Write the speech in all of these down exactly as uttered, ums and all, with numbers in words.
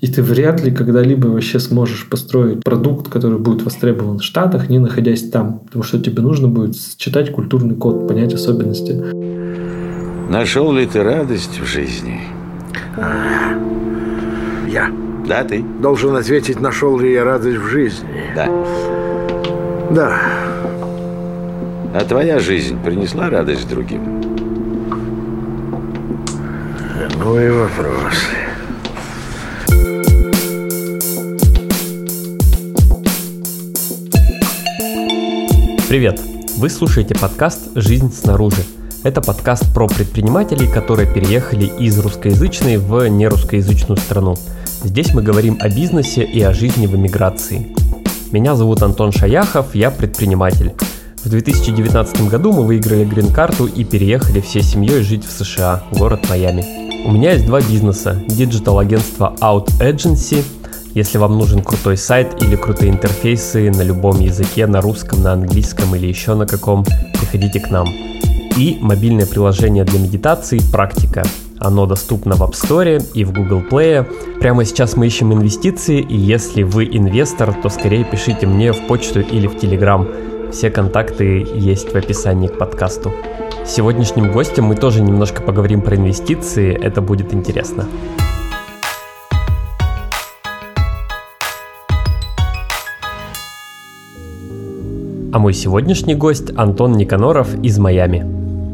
И ты вряд ли когда-либо вообще сможешь построить продукт, который будет востребован в Штатах, не находясь там. Потому что тебе нужно будет читать культурный код, понять особенности. Нашел ли ты радость в жизни? Я. Да, ты? Должен ответить, нашел ли я радость в жизни. Да. Да. А твоя жизнь принесла радость другим? Ну и вопрос. Привет! Вы слушаете подкаст «Жизнь снаружи». Это подкаст про предпринимателей, которые переехали из русскоязычной в нерусскоязычную страну. Здесь мы говорим о бизнесе и о жизни в эмиграции. Меня зовут Антон Шаяхов, я предприниматель. В две тысячи девятнадцатом году мы выиграли грин-карту и переехали всей семьей жить в США, город Майами. У меня есть два бизнеса – диджитал-агентство Out Agency. Если вам нужен крутой сайт или крутые интерфейсы на любом языке, на русском, на английском или еще на каком, приходите к нам. И мобильное приложение для медитации «Практика». Оно доступно в App Store и в Google Play. Прямо сейчас мы ищем инвестиции, и если вы инвестор, то скорее пишите мне в почту или в Telegram. Все контакты есть в описании к подкасту. С сегодняшним гостем мы тоже немножко поговорим про инвестиции, это будет интересно. А мой сегодняшний гость Антон Никаноров из Майами.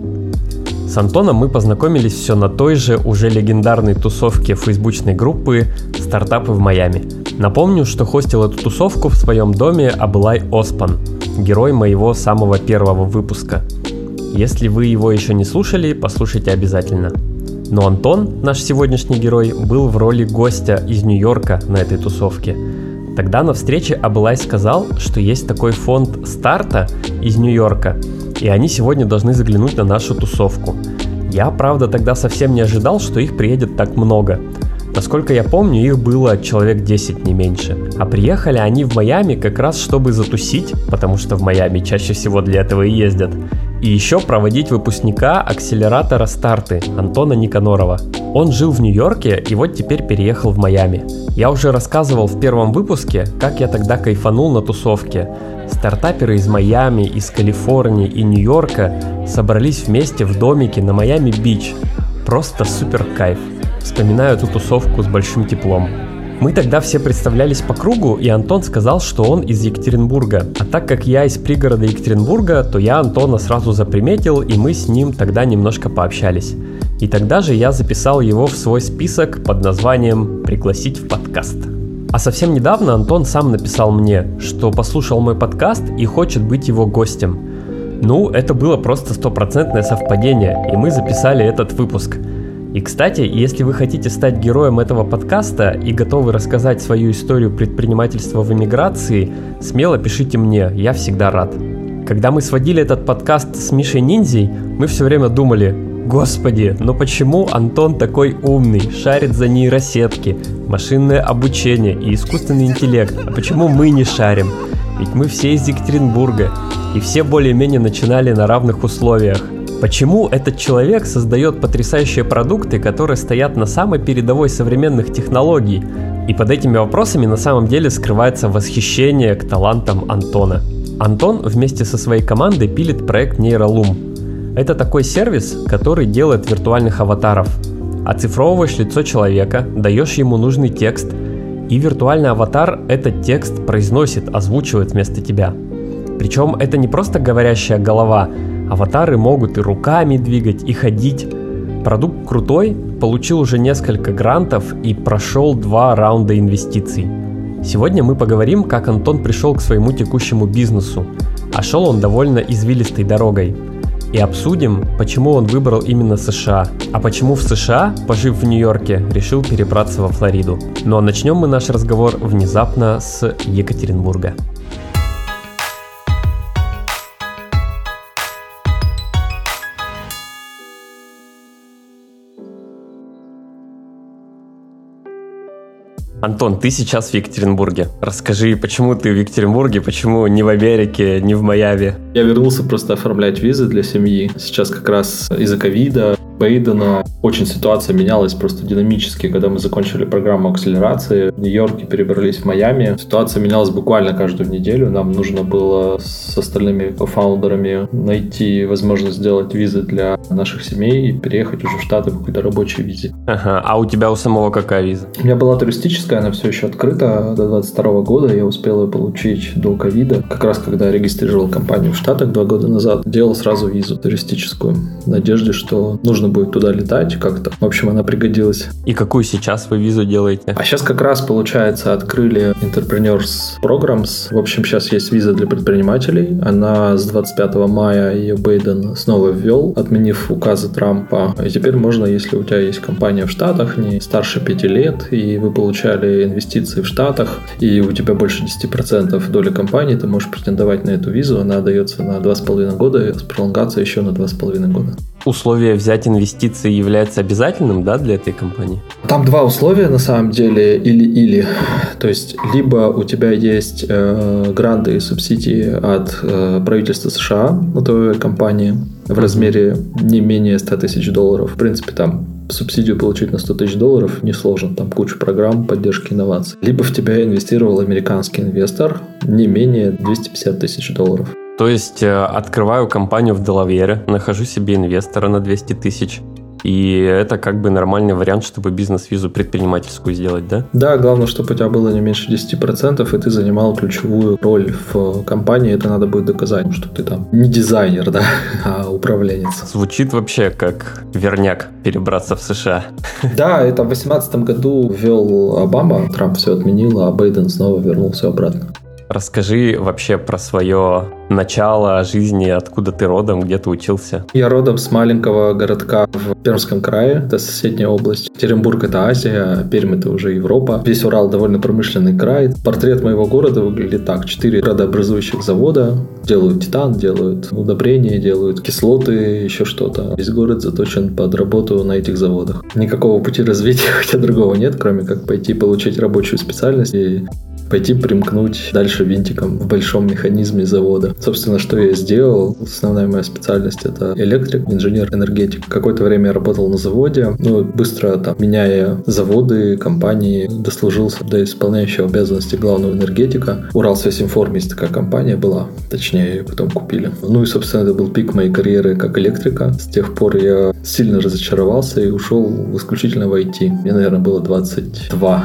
С Антоном мы познакомились все на той же уже легендарной тусовке фейсбучной группы «Стартапы в Майами». Напомню, что хостил эту тусовку в своем доме Абылай Оспан, герой моего самого первого выпуска. Если вы его еще не слушали, послушайте обязательно. Но Антон, наш сегодняшний герой, был в роли гостя из Нью-Йорка на этой тусовке. Тогда на встрече Абылай сказал, что есть такой фонд старта из Нью-Йорка, и они сегодня должны заглянуть на нашу тусовку. Я, правда, тогда совсем не ожидал, что их приедет так много. Насколько я помню, их было человек десять, не меньше. А приехали они в Майами как раз, чтобы затусить, потому что в Майами чаще всего для этого и ездят. И еще проводить выпускника акселератора «Старты» Антона Никанорова. Он жил в Нью-Йорке и вот теперь переехал в Майами. Я уже рассказывал в первом выпуске, как я тогда кайфанул на тусовке. Стартаперы из Майами, из Калифорнии и Нью-Йорка собрались вместе в домике на Майами-Бич. Просто супер кайф. Вспоминаю эту тусовку с большим теплом. Мы тогда все представлялись по кругу, и Антон сказал, что он из Екатеринбурга. А так как я из пригорода Екатеринбурга, то я Антона сразу заприметил, и мы с ним тогда немножко пообщались. И тогда же я записал его в свой список под названием «Пригласить в подкаст». А совсем недавно Антон сам написал мне, что послушал мой подкаст и хочет быть его гостем. Ну, это было просто стопроцентное совпадение, и мы записали этот выпуск. И, кстати, если вы хотите стать героем этого подкаста и готовы рассказать свою историю предпринимательства в эмиграции, смело пишите мне, я всегда рад. Когда мы сводили этот подкаст с Мишей Ниндзей, мы все время думали: господи, но почему Антон такой умный, шарит за нейросетки, машинное обучение и искусственный интеллект, а почему мы не шарим? Ведь мы все из Екатеринбурга, и все более-менее начинали на равных условиях. Почему этот человек создает потрясающие продукты, которые стоят на самой передовой современных технологий? И под этими вопросами на самом деле скрывается восхищение к талантам Антона. Антон вместе со своей командой пилит проект Нейролум. Это такой сервис, который делает виртуальных аватаров. Оцифровываешь лицо человека, даешь ему нужный текст, и виртуальный аватар этот текст произносит, озвучивает вместо тебя. Причем это не просто говорящая голова. Аватары могут и руками двигать, и ходить. Продукт крутой, получил уже несколько грантов и прошел два раунда инвестиций. Сегодня мы поговорим, как Антон пришел к своему текущему бизнесу, а шел он довольно извилистой дорогой. И обсудим, почему он выбрал именно США, а почему в США, пожив в Нью-Йорке, решил перебраться во Флориду. Ну а начнем мы наш разговор внезапно с Екатеринбурга. Антон, ты сейчас в Екатеринбурге. Расскажи, почему ты в Екатеринбурге, почему не в Америке, не в Майами? Я вернулся просто оформлять визы для семьи. Сейчас как раз из-за ковида Бейдена. Очень ситуация менялась просто динамически, когда мы закончили программу акселерации. В Нью-Йорке перебрались в Майами. Ситуация менялась буквально каждую неделю. Нам нужно было с остальными кофаундерами найти возможность сделать визы для наших семей и переехать уже в Штаты по какой-то рабочей визе. Ага, а у тебя у самого какая виза? У меня была туристическая, она все еще открыта до двадцать второго года. Я успел ее получить до ковида. Как раз когда регистрировал компанию в Штатах два года назад, делал сразу визу туристическую. В надежде, что нужно будет туда летать как-то. В общем, она пригодилась. И какую сейчас вы визу делаете? А сейчас как раз, получается, открыли Entrepreneurs Programs. В общем, сейчас есть виза для предпринимателей. Она с двадцать пятого мая ее Бейден снова ввел, отменив указы Трампа. И теперь можно, если у тебя есть компания в Штатах, не старше пяти лет, и вы получали инвестиции в Штатах, и у тебя больше десять процентов доли компании, ты можешь претендовать на эту визу. Она дается на два с половиной года, с пролонгацией еще на два с половиной года. Условие взять инвестиции является обязательным, да, для этой компании? Там два условия на самом деле, или-или. То есть, либо у тебя есть э, гранты и субсидии от э, правительства США на твою компанию в размере не менее сто тысяч долларов. В принципе, там субсидию получить на сто тысяч долларов несложно, там куча программ поддержки инноваций. Либо в тебя инвестировал американский инвестор не менее двести пятьдесят тысяч долларов. То есть открываю компанию в Делавере, нахожу себе инвестора на двести тысяч, и это как бы нормальный вариант, чтобы бизнес-визу предпринимательскую сделать, да? Да, главное, чтобы у тебя было не меньше десять процентов, и ты занимал ключевую роль в компании. Это надо будет доказать, что ты там не дизайнер, да, а управленец. Звучит вообще как верняк перебраться в США. Да, это в две тысячи восемнадцатом году ввел Обама, Трамп все отменил, а Бейден снова вернул все обратно. Расскажи вообще про свое начало жизни, откуда ты родом, где ты учился. Я родом с маленького городка в Пермском крае, это соседняя область. Екатеринбург — это Азия, Пермь — это уже Европа. Весь Урал довольно промышленный край. Портрет моего города выглядит так. Четыре градообразующих завода. Делают титан, делают удобрения, делают кислоты, еще что-то. Весь город заточен под работу на этих заводах. Никакого пути развития у тебя другого нет, кроме как пойти получить рабочую специальность и пойти примкнуть дальше винтиком в большом механизме завода. Собственно, что я сделал. Основная моя специальность — это электрик, инженер-энергетик. Какое-то время я работал на заводе, ну, быстро там, меняя заводы, компании, дослужился до исполняющего обязанности главного энергетика. Уралсвязинформ есть такая компания была, точнее, ее потом купили. Ну и, собственно, это был пик моей карьеры как электрика. С тех пор я сильно разочаровался и ушел исключительно в ай ти. Мне, наверное, было двадцать два.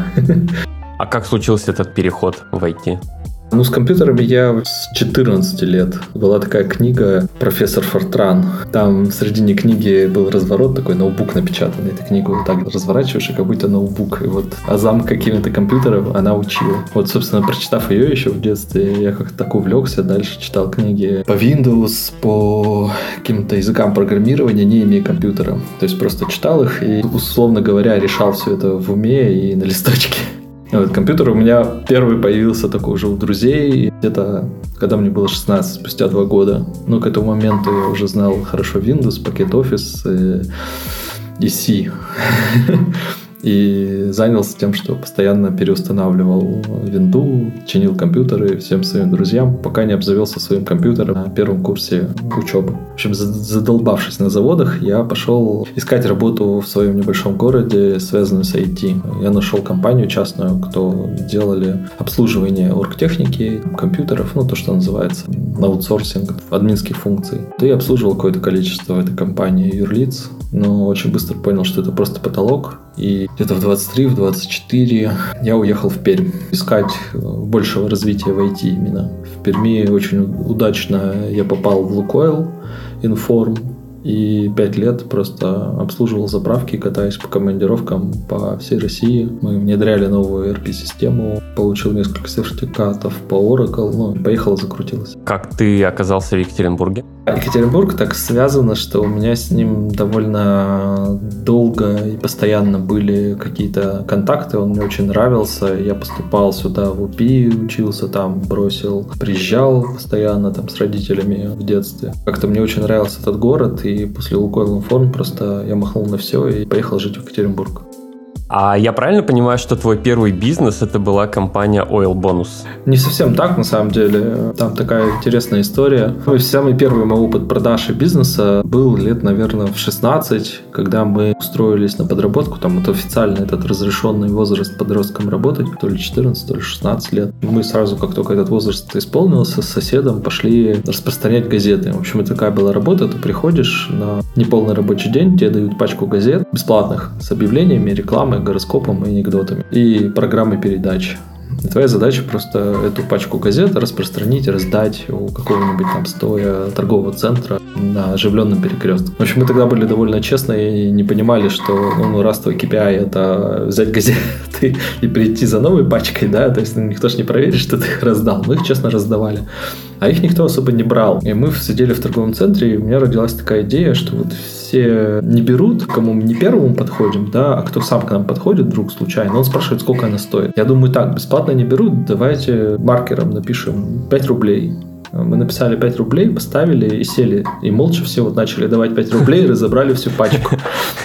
А как случился этот переход в ай ти? Ну, с компьютерами я с четырнадцати лет. Была такая книга «Профессор Фортран». Там в середине книги был разворот, такой ноутбук напечатанный. Ты книгу вот так разворачиваешь, и как будто ноутбук. И вот азам какими-то компьютерами она учила. Вот, собственно, прочитав ее еще в детстве, я как-то так увлекся. Дальше читал книги по Windows, по каким-то языкам программирования, не имея компьютера. То есть просто читал их и, условно говоря, решал все это в уме и на листочке. Вот, компьютер у меня первый появился такой уже у друзей, где-то когда мне было шестнадцать, спустя два года. Ну, к этому моменту я уже знал хорошо Windows, Packet Office и, и C. И занялся тем, что постоянно переустанавливал винду, чинил компьютеры всем своим друзьям, пока не обзавелся своим компьютером на первом курсе учебы. В общем, задолбавшись на заводах, я пошел искать работу в своем небольшом городе, связанную с ай ти. Я нашел компанию частную, кто делали обслуживание оргтехники, компьютеров, ну, то, что называется аутсорсинг, админских функций. Да и обслуживал какое-то количество в этой компании юрлиц, но очень быстро понял, что это просто потолок. И где-то в двадцать три, в двадцать четыре я уехал в Пермь искать большего развития в ай ти именно. В Перми очень удачно я попал в Лукойл Информ и пять лет просто обслуживал заправки, катаясь по командировкам по всей России. Мы внедряли новую и эр пи-систему, получил несколько сертификатов по Oracle, ну, поехал, закрутилось. Как ты оказался в Екатеринбурге? Екатеринбург так связано, что у меня с ним довольно долго и постоянно были какие-то контакты, он мне очень нравился, я поступал сюда в УПИ, учился там, бросил, приезжал постоянно там с родителями в детстве. Как-то мне очень нравился этот город, и после Лукойл Информ просто я махнул на все и поехал жить в Екатеринбург. А я правильно понимаю, что твой первый бизнес это была компания Oil Bonus? Не совсем так, на самом деле. Там такая интересная история. Ну, самый первый мой опыт продаж и бизнеса был лет, наверное, в шестнадцать, когда мы устроились на подработку. Там это официально этот разрешенный возраст подросткам работать, то ли четырнадцать, то ли шестнадцать лет. Мы сразу, как только этот возраст исполнился, с соседом пошли распространять газеты. В общем, это такая была работа. Ты приходишь на неполный рабочий день, тебе дают пачку газет бесплатных с объявлениями, рекламой, гороскопом и анекдотами и программой передач. И твоя задача просто эту пачку газет распространить, раздать у какого-нибудь там стоя торгового центра на оживленном перекрестке. В общем, мы тогда были довольно честны и не понимали, что ну, раз твой кей пи ай это взять газеты и прийти за новой пачкой, да, то есть никто ж не проверит, что ты их раздал. Мы их честно раздавали. А их никто особо не брал. И мы сидели в торговом центре, и у меня родилась такая идея, что вот все не берут, кому мы не первому подходим, да, а кто сам к нам подходит вдруг случайно, он спрашивает, сколько она стоит. Я думаю, так, бесплатно не берут, давайте маркером напишем пять рублей. Мы написали пять рублей, поставили и сели. И молча все вот начали давать пять рублей и разобрали всю пачку.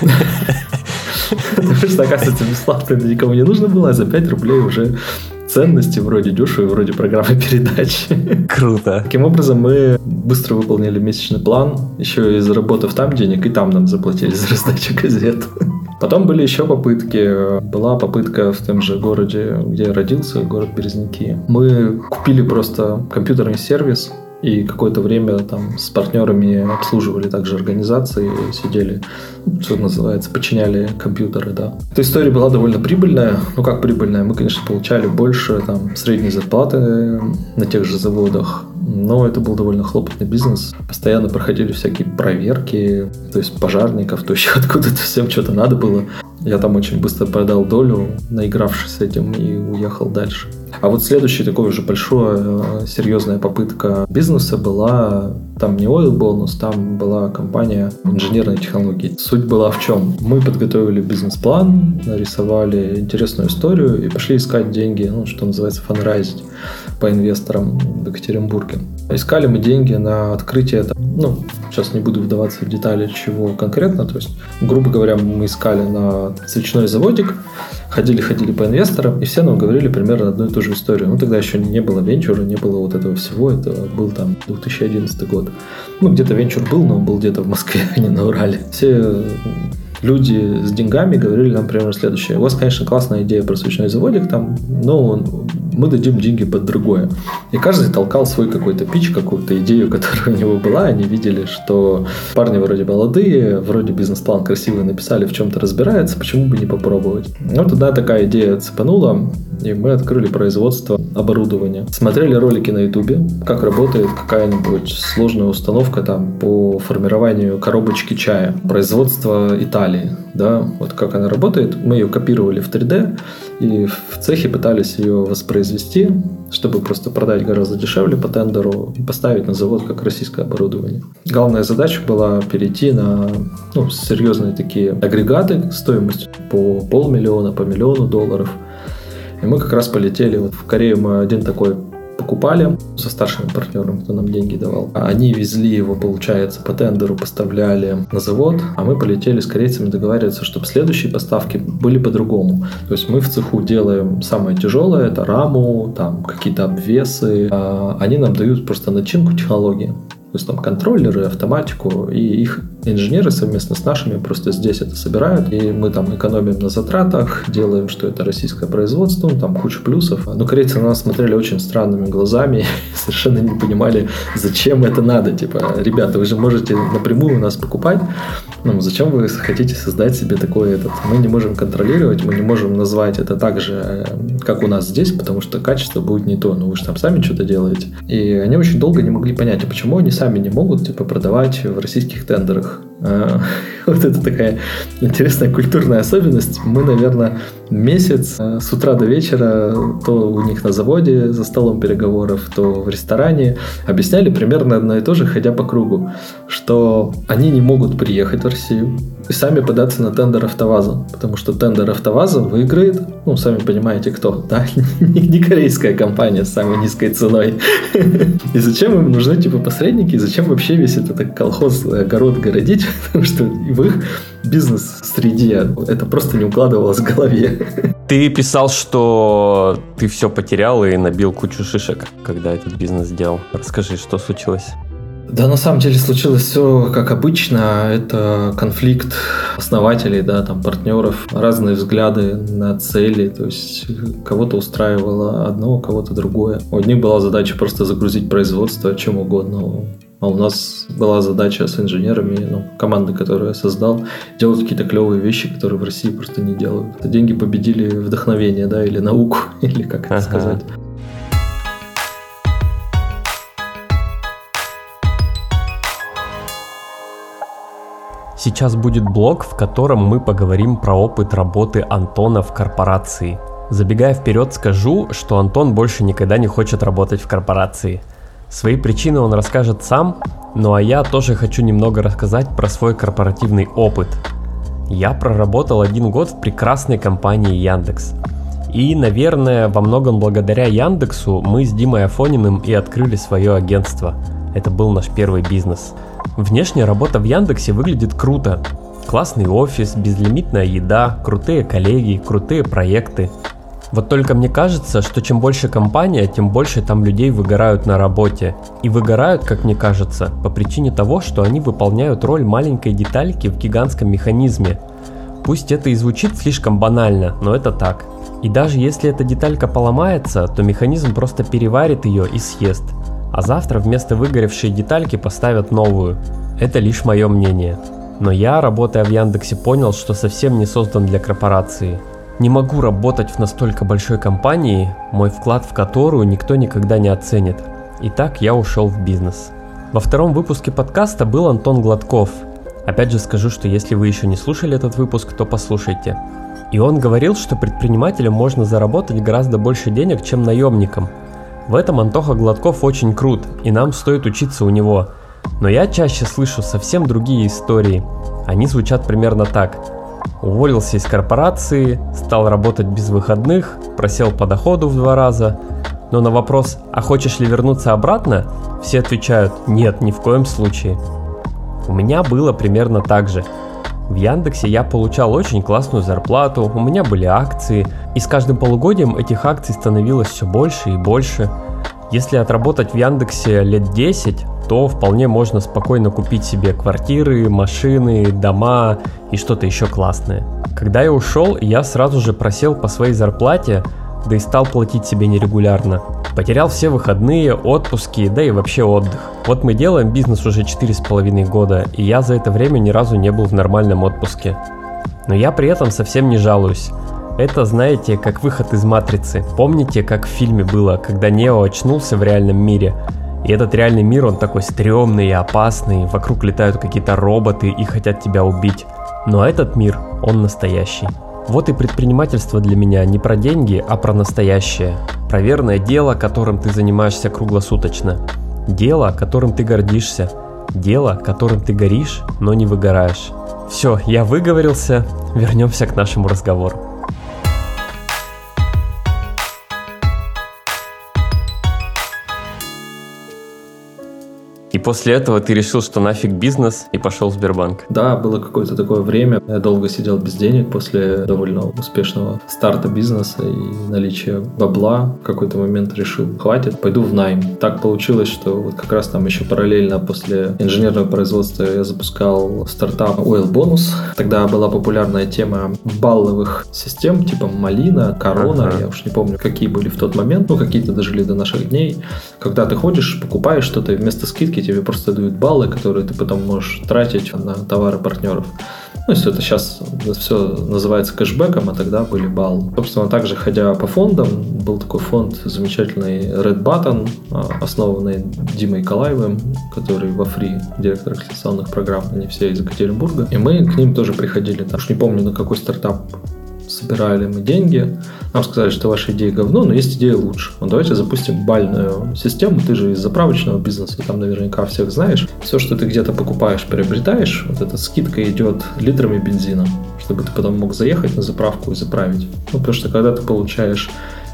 Потому что, оказывается, бесплатно это никому не нужно было, а за пять рублей уже ценности вроде дешево и вроде программы передач. Круто. Таким образом, мы быстро выполнили месячный план, еще и заработав там денег, и там нам заплатили за раздачу газет. Потом были еще попытки. Была попытка в том же городе, где я родился, город Березники. Мы купили просто компьютерный сервис, и какое-то время там с партнерами обслуживали также организации, сидели, что называется, подчиняли компьютеры, да. Эта история была довольно прибыльная. Ну, как прибыльная? Мы, конечно, получали больше там средней зарплаты на тех же заводах, но это был довольно хлопотный бизнес. Постоянно проходили всякие проверки, то есть пожарников, то еще откуда-то всем что-то надо было. Я там очень быстро продал долю, наигравшись с этим, и уехал дальше. А вот следующая такой уже большая, серьезная попытка бизнеса была, там не Oil Bonus, там была компания инженерной технологии. Суть была в чем? Мы подготовили бизнес-план, нарисовали интересную историю и пошли искать деньги, ну, что называется, фанрайзить по инвесторам в Екатеринбурге. Искали мы деньги на открытие, ну, сейчас не буду вдаваться в детали, чего конкретно, то есть, грубо говоря, мы искали на свечной заводик, ходили-ходили по инвесторам, и все нам говорили примерно одну и ту же историю. Ну, тогда еще не было венчура, не было вот этого всего, это был там две тысячи одиннадцатый год. Ну, где-то венчур был, но он был где-то в Москве, а не на Урале. Все люди с деньгами говорили нам примерно следующее. У вас, конечно, классная идея про свечной заводик, там, но мы дадим деньги под другое. И каждый толкал свой какой-то пич, какую-то идею, которая у него была. Они видели, что парни вроде молодые, вроде бизнес-план красивый написали, в чем-то разбираются, почему бы не попробовать. Ну, тогда такая идея цепанула, и мы открыли производство оборудования. Смотрели ролики на Ютубе, как работает какая-нибудь сложная установка там по формированию коробочки чая. Производство Италии, да, вот как она работает. Мы ее копировали в три дэ и в цехе пытались ее воспроизвести, чтобы просто продать гораздо дешевле по тендеру и поставить на завод как российское оборудование. Главная задача была перейти на ну, серьезные такие агрегаты стоимостью по полмиллиона, по миллиону долларов. И мы как раз полетели вот в Корею. Мы один такой покупали со старшими партнерами, кто нам деньги давал. Они везли его, получается, по тендеру, поставляли на завод, а мы полетели с корейцами договариваться, чтобы следующие поставки были по-другому. То есть мы в цеху делаем самое тяжелое, это раму, там какие-то обвесы. А они нам дают просто начинку технологии. То есть там контроллеры, автоматику, и их инженеры совместно с нашими просто здесь это собирают, и мы там экономим на затратах, делаем, что это российское производство, там куча плюсов. Но корейцы на нас смотрели очень странными глазами, совершенно не понимали, зачем это надо. Типа, ребята, вы же можете напрямую у нас покупать, ну, зачем вы хотите создать себе такой этот? Мы не можем контролировать, мы не можем назвать это так же, как у нас здесь, потому что качество будет не то, ну вы же там сами что-то делаете. И они очень долго не могли понять, а почему они сами не могут типа продавать в российских тендерах. Вот это такая интересная культурная особенность. Мы, наверное, месяц с утра до вечера то у них на заводе за столом переговоров, то в ресторане объясняли примерно одно и то же, ходя по кругу, что они не могут приехать в Россию и сами податься на тендер АвтоВАЗа, потому что тендер АвтоВАЗа выиграет, ну, сами понимаете, кто, да? Не корейская компания с самой низкой ценой. И зачем им нужны, типа, посредники, и зачем вообще весь этот колхоз, огород городить, потому что в их бизнес-среде это просто не укладывалось в голове. Ты писал, что ты все потерял и набил кучу шишек, когда этот бизнес делал. Расскажи, что случилось? Да, на самом деле случилось все как обычно. Это конфликт основателей, да, там партнеров, разные взгляды на цели. То есть кого-то устраивало одно, кого-то другое. У одних была задача просто загрузить производство чем угодно. А у нас была задача с инженерами, ну, команды, которую я создал, делать какие-то клевые вещи, которые в России просто не делают. Деньги победили вдохновение, да, или науку, или как это ага. сказать. Сейчас будет блог, в котором мы поговорим про опыт работы Антона в корпорации. Забегая вперед, скажу, что Антон больше никогда не хочет работать в корпорации. Свои причины он расскажет сам, ну а я тоже хочу немного рассказать про свой корпоративный опыт. Я проработал один год в прекрасной компании Яндекс. И, наверное, во многом благодаря Яндексу мы с Димой Афониным и открыли свое агентство. Это был наш первый бизнес. Внешняя работа в Яндексе выглядит круто. Классный офис, безлимитная еда, крутые коллеги, крутые проекты. Вот только мне кажется, что чем больше компания, тем больше там людей выгорают на работе. И выгорают, как мне кажется, по причине того, что они выполняют роль маленькой детальки в гигантском механизме. Пусть это и звучит слишком банально, но это так. И даже если эта деталька поломается, то механизм просто переварит ее и съест. А завтра вместо выгоревшей детальки поставят новую. Это лишь мое мнение. Но я, работая в Яндексе, понял, что совсем не создан для корпорации. Не могу работать в настолько большой компании, мой вклад в которую никто никогда не оценит. И так я ушел в бизнес. Во втором выпуске подкаста был Антон Гладков. Опять же скажу, что если вы еще не слушали этот выпуск, то послушайте. И он говорил, что предпринимателям можно заработать гораздо больше денег, чем наемникам. В этом Антоха Гладков очень крут, и нам стоит учиться у него. Но я чаще слышу совсем другие истории. Они звучат примерно так. Уволился из корпорации, стал работать без выходных, просел по доходу в два раза. Но на вопрос «а хочешь ли вернуться обратно?» все отвечают «нет, ни в коем случае». У меня было примерно так же. В Яндексе я получал очень классную зарплату, у меня были акции, и с каждым полугодием этих акций становилось все больше и больше. Если отработать в Яндексе лет десять, то вполне можно спокойно купить себе квартиры, машины, дома и что-то еще классное. Когда я ушел, я сразу же просел по своей зарплате, да и стал платить себе нерегулярно. Потерял все выходные, отпуски, да и вообще отдых. Вот мы делаем бизнес уже четыре с половиной года, и я за это время ни разу не был в нормальном отпуске. Но я при этом совсем не жалуюсь. Это, знаете, как выход из «Матрицы». Помните, как в фильме было, когда Нео очнулся в реальном мире? И этот реальный мир, он такой стрёмный и опасный, вокруг летают какие-то роботы и хотят тебя убить. Но этот мир, он настоящий. Вот и предпринимательство для меня не про деньги, а про настоящее. Про верное дело, которым ты занимаешься круглосуточно. Дело, которым ты гордишься. Дело, которым ты горишь, но не выгораешь. Все, я выговорился, вернемся к нашему разговору. И после этого ты решил, что нафиг бизнес, и пошел в Сбербанк. Да, было какое-то такое время. Я долго сидел без денег после довольно успешного старта бизнеса и наличия бабла. В какой-то момент решил, хватит, пойду в найм. Так получилось, что вот как раз там еще параллельно после инженерного производства я запускал стартап Oil Bonus. Тогда была популярная тема балловых систем, типа Малина, Корона. Ага. Я уж не помню, какие были в тот момент. Ну, какие-то дожили до наших дней. Когда ты ходишь, покупаешь что-то, и вместо скидки тебе просто дают баллы, которые ты потом можешь тратить на товары партнеров. Ну, если это сейчас все называется кэшбэком, а тогда были баллы. Собственно, также, ходя по фондам, был такой фонд замечательный Red Button, основанный Димой Калаевым, который во фри, директор акселерационных программ, они все из Екатеринбурга. И мы к ним тоже приходили. Уж не помню, на какой стартап собирали мы деньги. Нам сказали, что ваша идея говно, но есть идея лучше. Ну, давайте запустим бальную систему. Ты же из заправочного бизнеса, там наверняка всех знаешь. Все, что ты где-то покупаешь, приобретаешь, вот эта скидка идет литрами бензина, чтобы ты потом мог заехать на заправку и заправить. Ну, потому что когда ты получаешь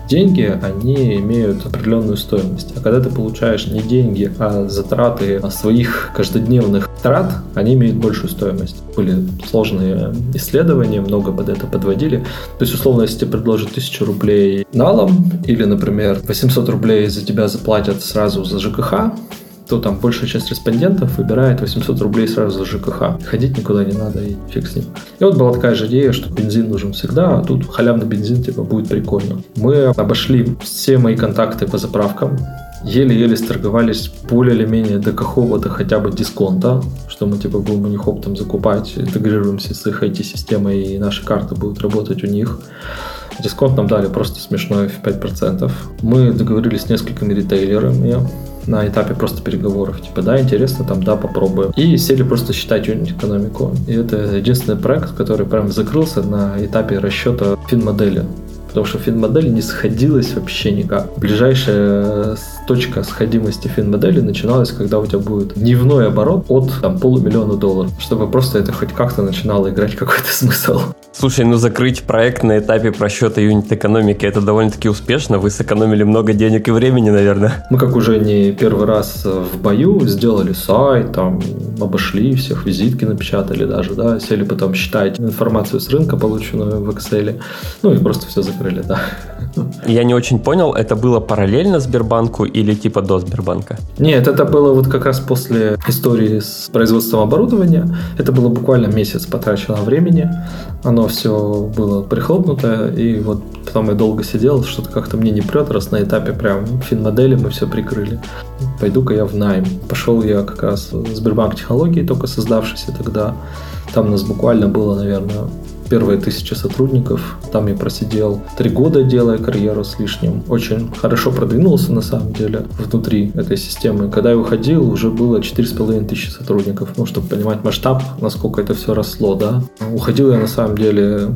деньги, они имеют определенную стоимость. А когда ты получаешь не деньги, а затраты своих каждодневных трат, они имеют большую стоимость. Были сложные исследования, много под это подводили. То есть, условно, если тебе предложат тысячу рублей налом, или, например, восемьсот рублей за тебя заплатят сразу за ЖКХ, то там большая часть респондентов выбирает восемьсот рублей сразу за ЖКХ. Ходить никуда не надо, и фиг с ним. И вот была такая же идея, что бензин нужен всегда, а тут халявный бензин, типа, будет прикольно. Мы обошли все мои контакты по заправкам, еле-еле сторговались более или менее до какого-то хотя бы дисконта, что мы типа будем у них оптом закупать, интегрируемся с их ай ти-системой, и наши карты будут работать у них. Дисконт нам дали просто смешной в пять процентов. Мы договорились с несколькими ритейлерами на этапе просто переговоров. Типа, да, интересно, там, да, попробуем. И сели просто считать юнит-экономику. И это единственный проект, который прям закрылся на этапе расчета фин-модели. Потому что фин-модель не сходилась вообще никак. Ближайшая точка сходимости фин-модели начиналась, когда у тебя будет дневной оборот от там, полумиллиона долларов, чтобы просто это хоть как-то начинало играть какой-то смысл. Слушай, ну закрыть проект на этапе просчета юнит-экономики — это довольно-таки успешно. Вы сэкономили много денег и времени, наверное. Мы как уже не первый раз в бою сделали сайт, там, обошли всех, визитки напечатали даже, да, сели потом считать информацию с рынка, полученную в Excel, ну и просто все закрыли, да. Я не очень понял, это было параллельно Сбербанку или типа до Сбербанка? Нет, это было вот как раз после истории с производством оборудования. Это было буквально месяц потрачено времени. Оно все было прихлопнуто, и вот потом я долго сидел, что-то как-то мне не прет, раз на этапе прям фин-модели мы все прикрыли. Пойду-ка я в найм. Пошел я как раз в Сбербанк Технологии, только создавшийся тогда. Там у нас буквально было, наверное, первые тысячи сотрудников. Там я просидел три года, делая карьеру с лишним. Очень хорошо продвинулся, на самом деле, внутри этой системы. Когда я уходил, уже было четыре с половиной тысячи сотрудников. Ну, чтобы понимать масштаб, насколько это все росло, да. Уходил я, на самом деле,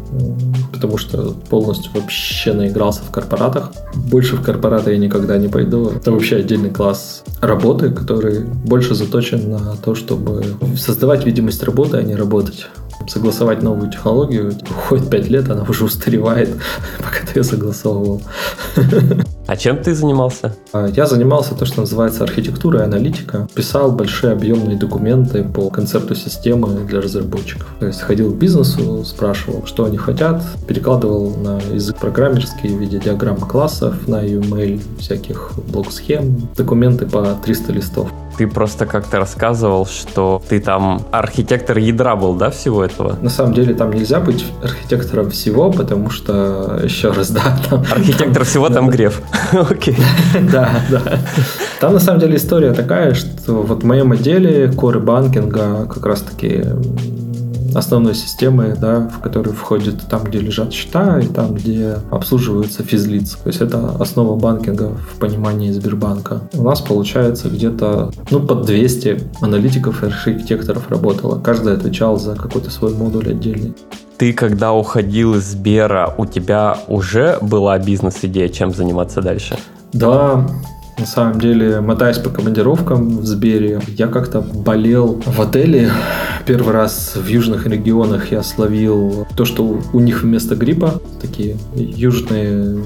потому что полностью вообще наигрался в корпоратах. Больше в корпораты я никогда не пойду. Это вообще отдельный класс работы, который больше заточен на то, чтобы создавать видимость работы, а не работать. Согласовать новую технологию, уходит пять лет, она уже устаревает, пока ты ее согласовывал. А чем ты занимался? Я занимался то, что называется архитектура и аналитика. Писал большие объемные документы по концепту системы для разработчиков. То есть ходил к бизнесу, спрашивал, что они хотят, перекладывал на язык программерский в виде диаграмм классов, на ю эм эл всяких блок-схем, документы по триста листов. Ты просто как-то рассказывал, что ты там архитектор ядра был, да, всего этого? На самом деле там нельзя быть архитектором всего, потому что, еще раз, да. Там, Архитектор там, всего, да, там да. Греф. Окей. Да, да. Там на самом деле история такая, что вот в моем отделе коры банкинга как раз-таки основной системы, да, в которую входит там, где лежат счета, и там, где обслуживаются физлиц. То есть это основа банкинга в понимании Сбербанка. У нас получается где-то ну, под двести аналитиков и архитекторов работало. Каждый отвечал за какой-то свой модуль отдельный. Ты, когда уходил из Сбера, у тебя уже была бизнес-идея, чем заниматься дальше? Да, на самом деле, мотаясь по командировкам в Сбере, я как-то болел в отеле. Первый раз в южных регионах я словил то, что у них вместо гриппа такие южные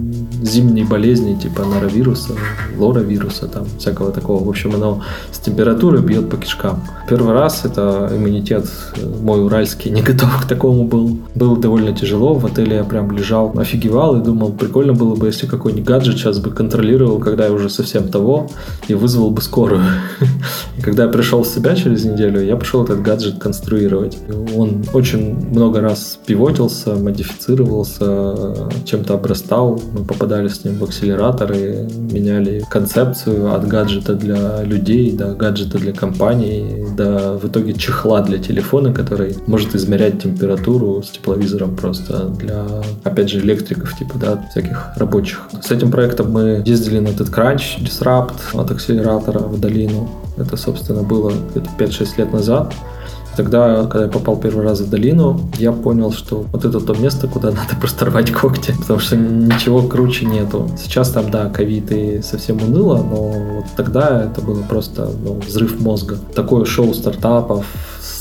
зимние болезни, типа норовируса, лоровируса, там, всякого такого. В общем, оно с температурой бьет по кишкам. Первый раз это иммунитет мой уральский не готов к такому был. Было довольно тяжело. В отеле я прям лежал, офигевал и думал, прикольно было бы, если какой-нибудь гаджет сейчас бы контролировал, когда я уже совсем того, и вызвал бы скорую. И когда я пришел в себя через неделю, я пошел этот гаджет конструировать. Он очень много раз пивотился, модифицировался, чем-то обрастал. Мы попадали с ним в акселераторы, меняли концепцию от гаджета для людей до гаджета для компаний, до в итоге чехла для телефона, который может измерять температуру с тепловизором просто для, опять же, электриков, типа, да, всяких рабочих. С этим проектом мы ездили на TechCrunch, Disrupt от акселератора в долину. Это, собственно, было где-то пять-шесть лет назад. Тогда, когда я попал первый раз в долину, я понял, что вот это то место, куда надо просто рвать когти, потому что ничего круче нету. Сейчас там, да, ковид и совсем уныло, но вот тогда это было просто ну, взрыв мозга. Такое шоу стартапов с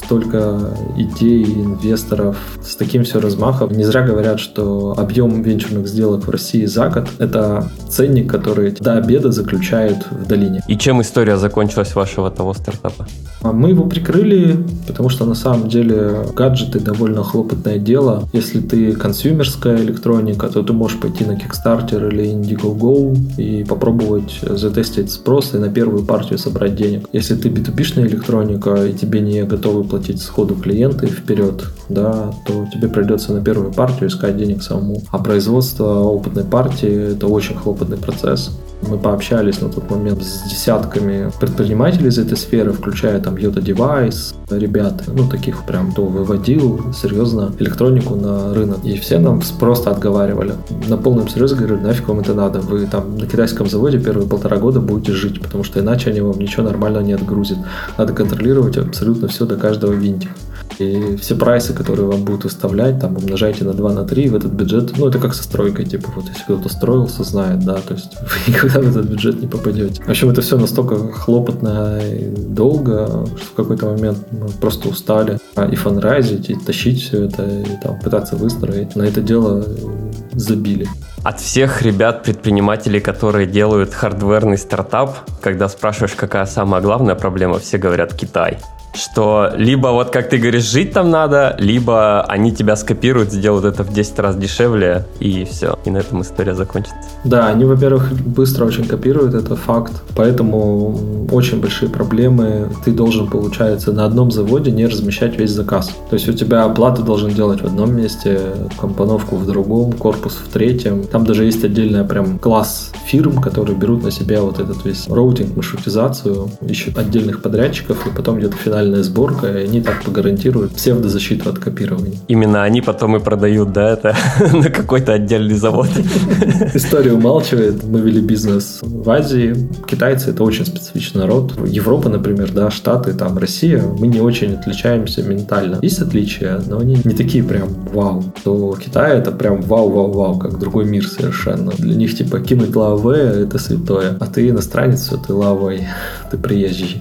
столько идей, инвесторов, с таким все размахом. Не зря говорят, что объем венчурных сделок в России за год – это ценник, который до обеда заключают в долине. И чем история закончилась вашего того стартапа? Мы его прикрыли, потому что на самом деле гаджеты довольно хлопотное дело. Если ты консюмерская электроника, то ты можешь пойти на Kickstarter или Indiegogo и попробовать затестить спрос и на первую партию собрать денег. Если ты би ту би-шная электроника и тебе не готовы платить сходу клиенты вперед, да, то тебе придется на первую партию искать денег самому. А производство опытной партии – это очень хлопотный процесс. Мы пообщались на тот момент с десятками предпринимателей из этой сферы, включая там Yotta Device, ребят, ну таких прям, кто выводил серьезно электронику на рынок. И все нам просто отговаривали. На полном серьезе говорили, нафиг вам это надо. Вы там на китайском заводе первые полтора года будете жить, потому что иначе они вам ничего нормально не отгрузят. Надо контролировать абсолютно все до каждого винтика. И все прайсы, которые вам будут выставлять, там умножайте на два, на три в этот бюджет. Ну, это как со стройкой, типа, вот если кто-то строился, знает, да, то есть вы никогда в этот бюджет не попадете. В общем, это все настолько хлопотно и долго, что в какой-то момент мы просто устали и фанрайзить, и тащить все это, и там пытаться выстроить. На это дело забили. От всех ребят-предпринимателей, которые делают хардверный стартап, когда спрашиваешь, какая самая главная проблема, все говорят Китай. Что либо, вот как ты говоришь, жить там надо, либо они тебя скопируют, сделают это в десять раз дешевле, и все, и на этом история закончится. Да, они, во-первых, быстро очень копируют, это факт, поэтому очень большие проблемы. Ты должен, получается, на одном заводе не размещать весь заказ. То есть у тебя оплату должен делать в одном месте, компоновку в другом, корпус в третьем. Там даже есть отдельный прям класс фирм, которые берут на себя вот этот весь роутинг, маршрутизацию, ищут отдельных подрядчиков, и потом где-то финальная сборка, и они так гарантируют псевдозащиту от копирования. Именно они потом и продают, да, это на какой-то отдельный завод. История умалчивает. Мы вели бизнес в Азии. Китайцы — это очень специфичный народ. Европа, например, да, Штаты, там, Россия, мы не очень отличаемся ментально. Есть отличия, но они не такие прям вау. То Китай — это прям вау-вау-вау, как другой мир совершенно. Для них, типа, кинуть лавэ — это святое. А ты иностранец, все, ты лавой, ты приезжий.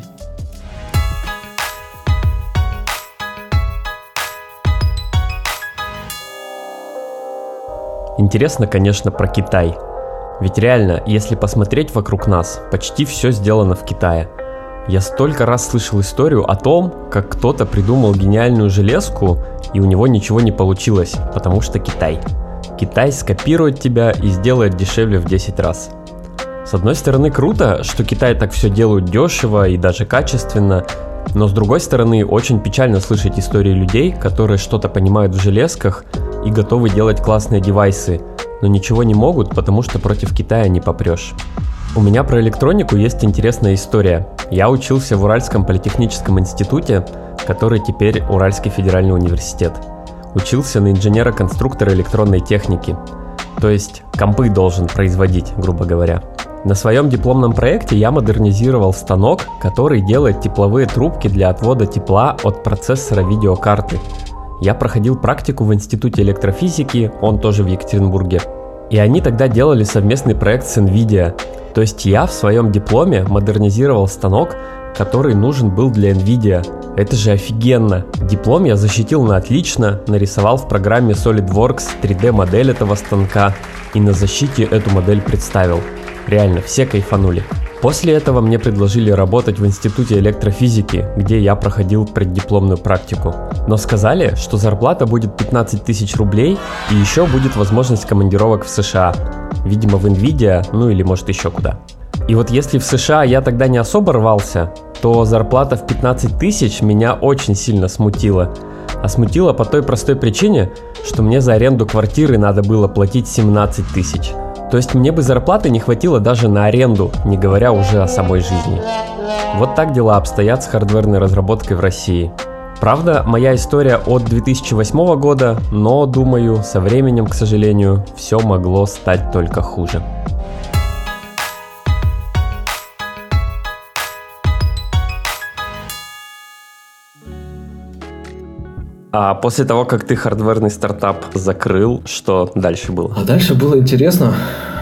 Интересно, конечно, про Китай. Ведь реально, если посмотреть вокруг нас, почти все сделано в Китае. Я столько раз слышал историю о том, как кто-то придумал гениальную железку, и у него ничего не получилось, потому что Китай. Китай скопирует тебя и сделает дешевле в десять раз. С одной стороны, круто, что Китай так все делают дешево и даже качественно, но с другой стороны, очень печально слышать истории людей, которые что-то понимают в железках и готовы делать классные девайсы, но ничего не могут, потому что против Китая не попрешь. У меня про электронику есть интересная история. Я учился в Уральском политехническом институте, который теперь Уральский федеральный университет. Учился на инженера-конструктора электронной техники. То есть компы должен производить, грубо говоря. На своем дипломном проекте я модернизировал станок, который делает тепловые трубки для отвода тепла от процессора видеокарты. Я проходил практику в Институте электрофизики, он тоже в Екатеринбурге. И они тогда делали совместный проект с NVIDIA. То есть я в своем дипломе модернизировал станок, который нужен был для NVIDIA. Это же офигенно! Диплом я защитил на отлично, нарисовал в программе SolidWorks три дэ-модель этого станка и на защите эту модель представил. Реально, все кайфанули. После этого мне предложили работать в Институте электрофизики, где я проходил преддипломную практику. Но сказали, что зарплата будет пятнадцать тысяч рублей и еще будет возможность командировок в США. Видимо, в NVIDIA, ну или может еще куда. И вот если в США я тогда не особо рвался, то зарплата в пятнадцать тысяч меня очень сильно смутила. А смутила по той простой причине, что мне за аренду квартиры надо было платить семнадцать тысяч. То есть мне бы зарплаты не хватило даже на аренду, не говоря уже о самой жизни. Вот так дела обстоят с хардверной разработкой в России. Правда, моя история от две тысячи восьмого года, но, думаю, со временем, к сожалению, все могло стать только хуже. А после того, как ты хардверный стартап закрыл, что дальше было? А дальше было интересно.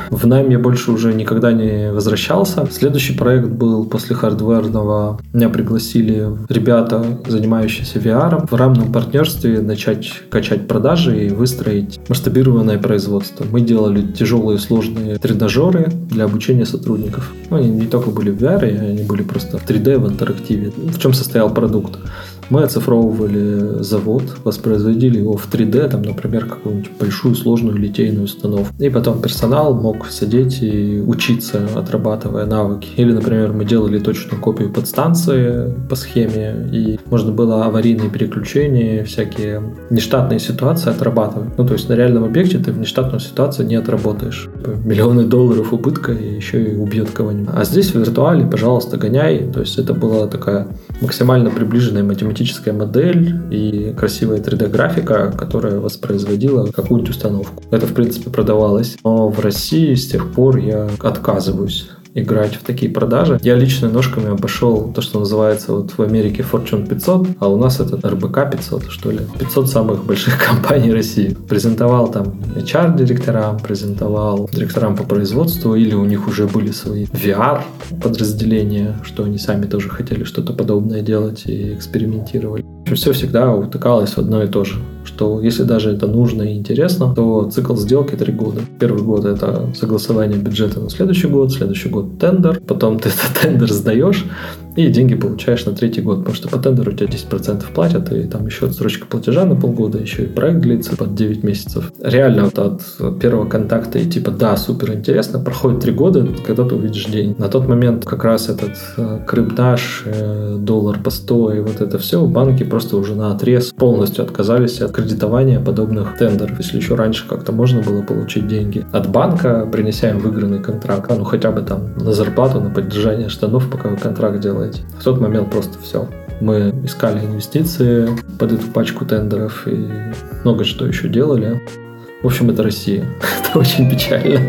В найм я больше уже никогда не возвращался. Следующий проект был после хардверного. Меня пригласили ребята, занимающиеся ви ар, в равном партнерстве начать качать продажи и выстроить масштабированное производство. Мы делали тяжелые сложные тренажеры для обучения сотрудников. Ну, они не только были в ви ар, они были просто в три дэ, в интерактиве. В чем состоял продукт? Мы оцифровывали завод, воспроизводили его в три дэ, там, например, какую-нибудь большую сложную литейную установку. И потом персонал мог сидеть и учиться, отрабатывая навыки. Или, например, мы делали точную копию подстанции по схеме, и можно было аварийные переключения, всякие нештатные ситуации отрабатывать. Ну, то есть на реальном объекте ты в нештатную ситуацию не отработаешь. Миллионы долларов убытка и еще и убьет кого-нибудь. А здесь в виртуале, пожалуйста, гоняй. То есть это была такая максимально приближенная математическая модель и красивая три дэ-графика, которая воспроизводила какую-нибудь установку. Это, в принципе, продавалось. Но в России с тех пор я отказываюсь играть в такие продажи. Я лично ножками обошел то, что называется вот в Америке Fortune пятьсот, а у нас это эр бэ ка пятьсот, что ли. пятьсот самых больших компаний России. Презентовал там эйч ар-директорам, презентовал директорам по производству, или у них уже были свои ви ар-подразделения, что они сами тоже хотели что-то подобное делать и экспериментировали. Все всегда утыкалось в одно и то же, что если даже это нужно и интересно, то цикл сделки три года. Первый год — это согласование бюджета на следующий год, следующий год тендер, потом ты этот тендер сдаешь и деньги получаешь на третий год, потому что по тендеру у тебя десять процентов платят, и там еще отсрочка платежа на полгода, еще и проект длится под девять месяцев. Реально вот от первого контакта и типа да, супер интересно, проходит три года, когда ты увидишь деньги. На тот момент как раз этот крипнаш, доллар по сто и вот это все, банки просто уже на отрез полностью отказались от кредитования подобных тендеров. Если еще раньше как-то можно было получить деньги от банка, принеся им выигранный контракт, ну хотя бы там на зарплату, на поддержание штанов, пока вы контракт делаете. В тот момент просто все. Мы искали инвестиции под эту пачку тендеров и много что еще делали. В общем, это Россия. Это очень печально.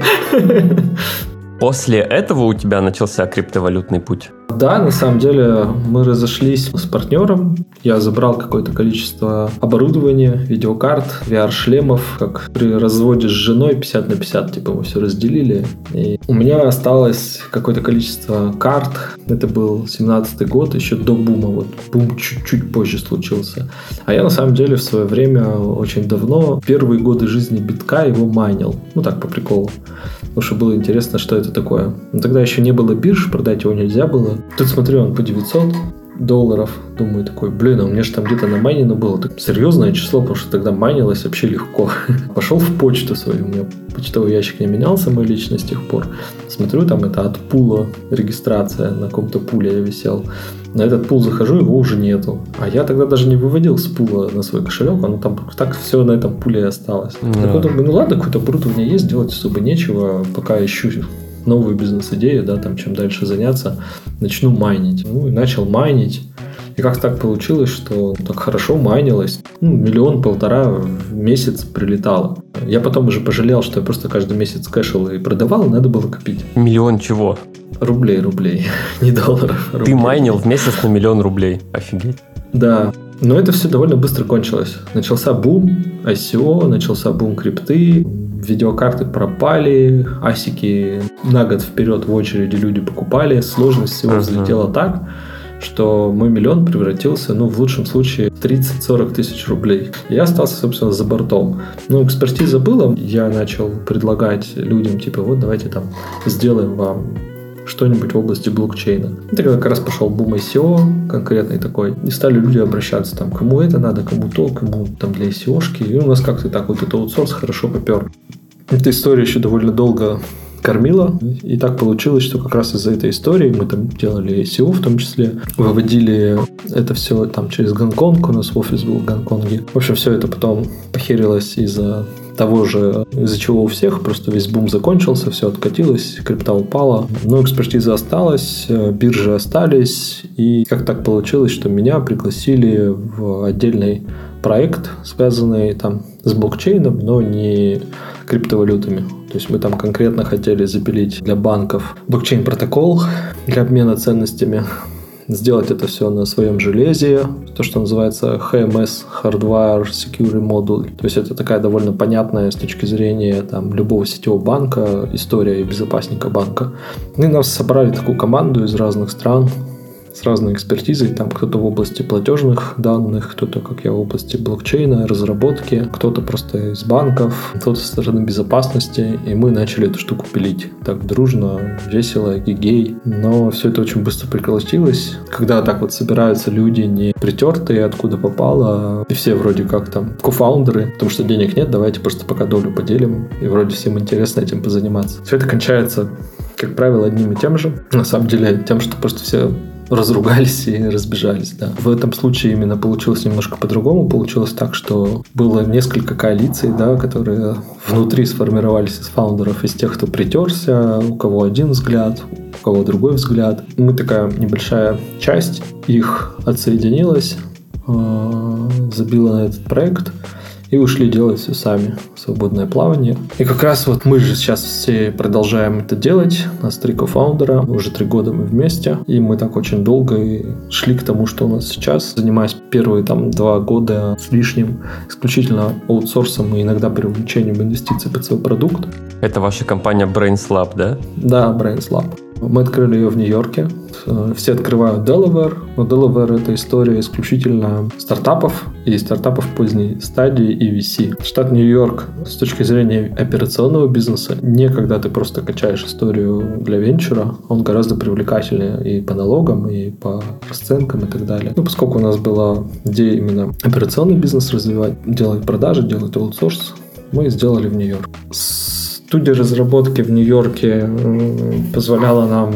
После этого у тебя начался криптовалютный путь? Да, на самом деле мы разошлись с партнером. Я забрал какое-то количество оборудования, видеокарт, ви ар-шлемов, как при разводе с женой пятьдесят на пятьдесят, типа мы все разделили. И у меня осталось какое-то количество карт. Это был семнадцатый год, еще до бума. Вот бум чуть-чуть позже случился. А я на самом деле в свое время очень давно, первые годы жизни битка, его майнил. Ну так, по приколу. Потому что было интересно, что это такое. Но тогда еще не было бирж, продать его нельзя было. Тут смотрю, он по девятьсот долларов. Думаю такой, блин, а у меня же там где-то намайнено было. Так серьезное число, потому что тогда майнилось вообще легко. Пошел в почту свою. У меня почтовый ящик не менялся мой лично с тех пор. Смотрю, там это от пула регистрация. На каком-то пуле я висел. На этот пул захожу, его уже нету. А я тогда даже не выводил с пула на свой кошелек. Оно там так все на этом пуле и осталось. Yeah. Так вот, думаю, ну ладно, какой-то бруд у меня есть, делать особо нечего. Пока ищу новую бизнес-идею, да, там чем дальше заняться, начну майнить. Ну и начал майнить. И как так получилось, что так хорошо майнилось. Ну, миллион-полтора в месяц прилетало. Я потом уже пожалел, что я просто каждый месяц кэшил и продавал, и надо было копить. Миллион чего? Рублей, рублей. Не долларов. Рублей. Ты майнил в месяц на миллион рублей. Офигеть. Да. Но это все довольно быстро кончилось. Начался бум ай си о, начался бум крипты, видеокарты пропали, асики на год вперед в очереди люди покупали, сложность всего взлетела так, что мой миллион превратился, ну, в лучшем случае, в тридцать-сорок тысяч рублей. Я остался, собственно, за бортом. Ну, экспертиза была, я начал предлагать людям, типа, вот давайте там сделаем вам что-нибудь в области блокчейна. И тогда как раз пошел бум ай си о конкретный такой, и стали люди обращаться, там, кому это надо, кому то, кому там для ай си о-шки, и у нас как-то так вот этот аутсорс хорошо попер. Эта история еще довольно долго кормила, и так получилось, что как раз из-за этой истории мы там делали ай си о в том числе, выводили это все там через Гонконг, у нас офис был в Гонконге. В общем, все это потом похерилось из-за того же, из-за чего у всех, просто весь бум закончился, все откатилось, крипта упала, но экспертиза осталась, биржи остались, и как так получилось, что меня пригласили в отдельный проект, связанный там с блокчейном, но не криптовалютами. То есть мы там конкретно хотели запилить для банков блокчейн-протокол для обмена ценностями. сделать это все на своем железе, то, что называется эйч эм эс, Hardware Security Module. То есть это такая довольно понятная с точки зрения там, любого сетевого банка история и безопасника банка. И нас собрали такую команду из разных стран, с разной экспертизой. Там кто-то в области платежных данных, кто-то, как я, в области блокчейна, разработки, кто-то просто из банков, кто-то со стороны безопасности. И мы начали эту штуку пилить. Так дружно, весело, гигей. Но все это очень быстро прекратилось. Когда так вот собираются люди не притертые, откуда попало, и все вроде как там кофаундеры, потому что денег нет, давайте просто пока долю поделим. И вроде всем интересно этим позаниматься. Все это кончается, как правило, одним и тем же. На самом деле тем, что просто все разругались и разбежались, да. В этом случае именно получилось немножко по-другому. Получилось так, что было несколько коалиций, да, которые внутри сформировались из фаундеров, из тех, кто притерся, у кого один взгляд, у кого другой взгляд. Мы такая небольшая часть их отсоединилась, забила на этот проект и ушли делать все сами, свободное плавание. И как раз вот мы же сейчас все продолжаем это делать. У нас три кофаундера, уже три года мы вместе, и мы так очень долго и шли к тому, что у нас сейчас. Занимаясь первые там два года с лишним исключительно аутсорсом и иногда привлечением инвестиций под свой продукт. Это ваша компания BrainsLab, да? Да, BrainsLab. Мы открыли ее в Нью-Йорке. Все открывают Delaware, но Delaware — это история исключительно стартапов и стартапов поздней стадии и ви си. Штат Нью-Йорк с точки зрения операционного бизнеса не когда ты просто качаешь историю для венчура, он гораздо привлекательнее и по налогам, и по расценкам и так далее. Ну, поскольку у нас была идея именно операционный бизнес развивать, делать продажи, делать аутсорс, мы сделали в Нью-Йорк. Студия разработки в Нью-Йорке позволяла нам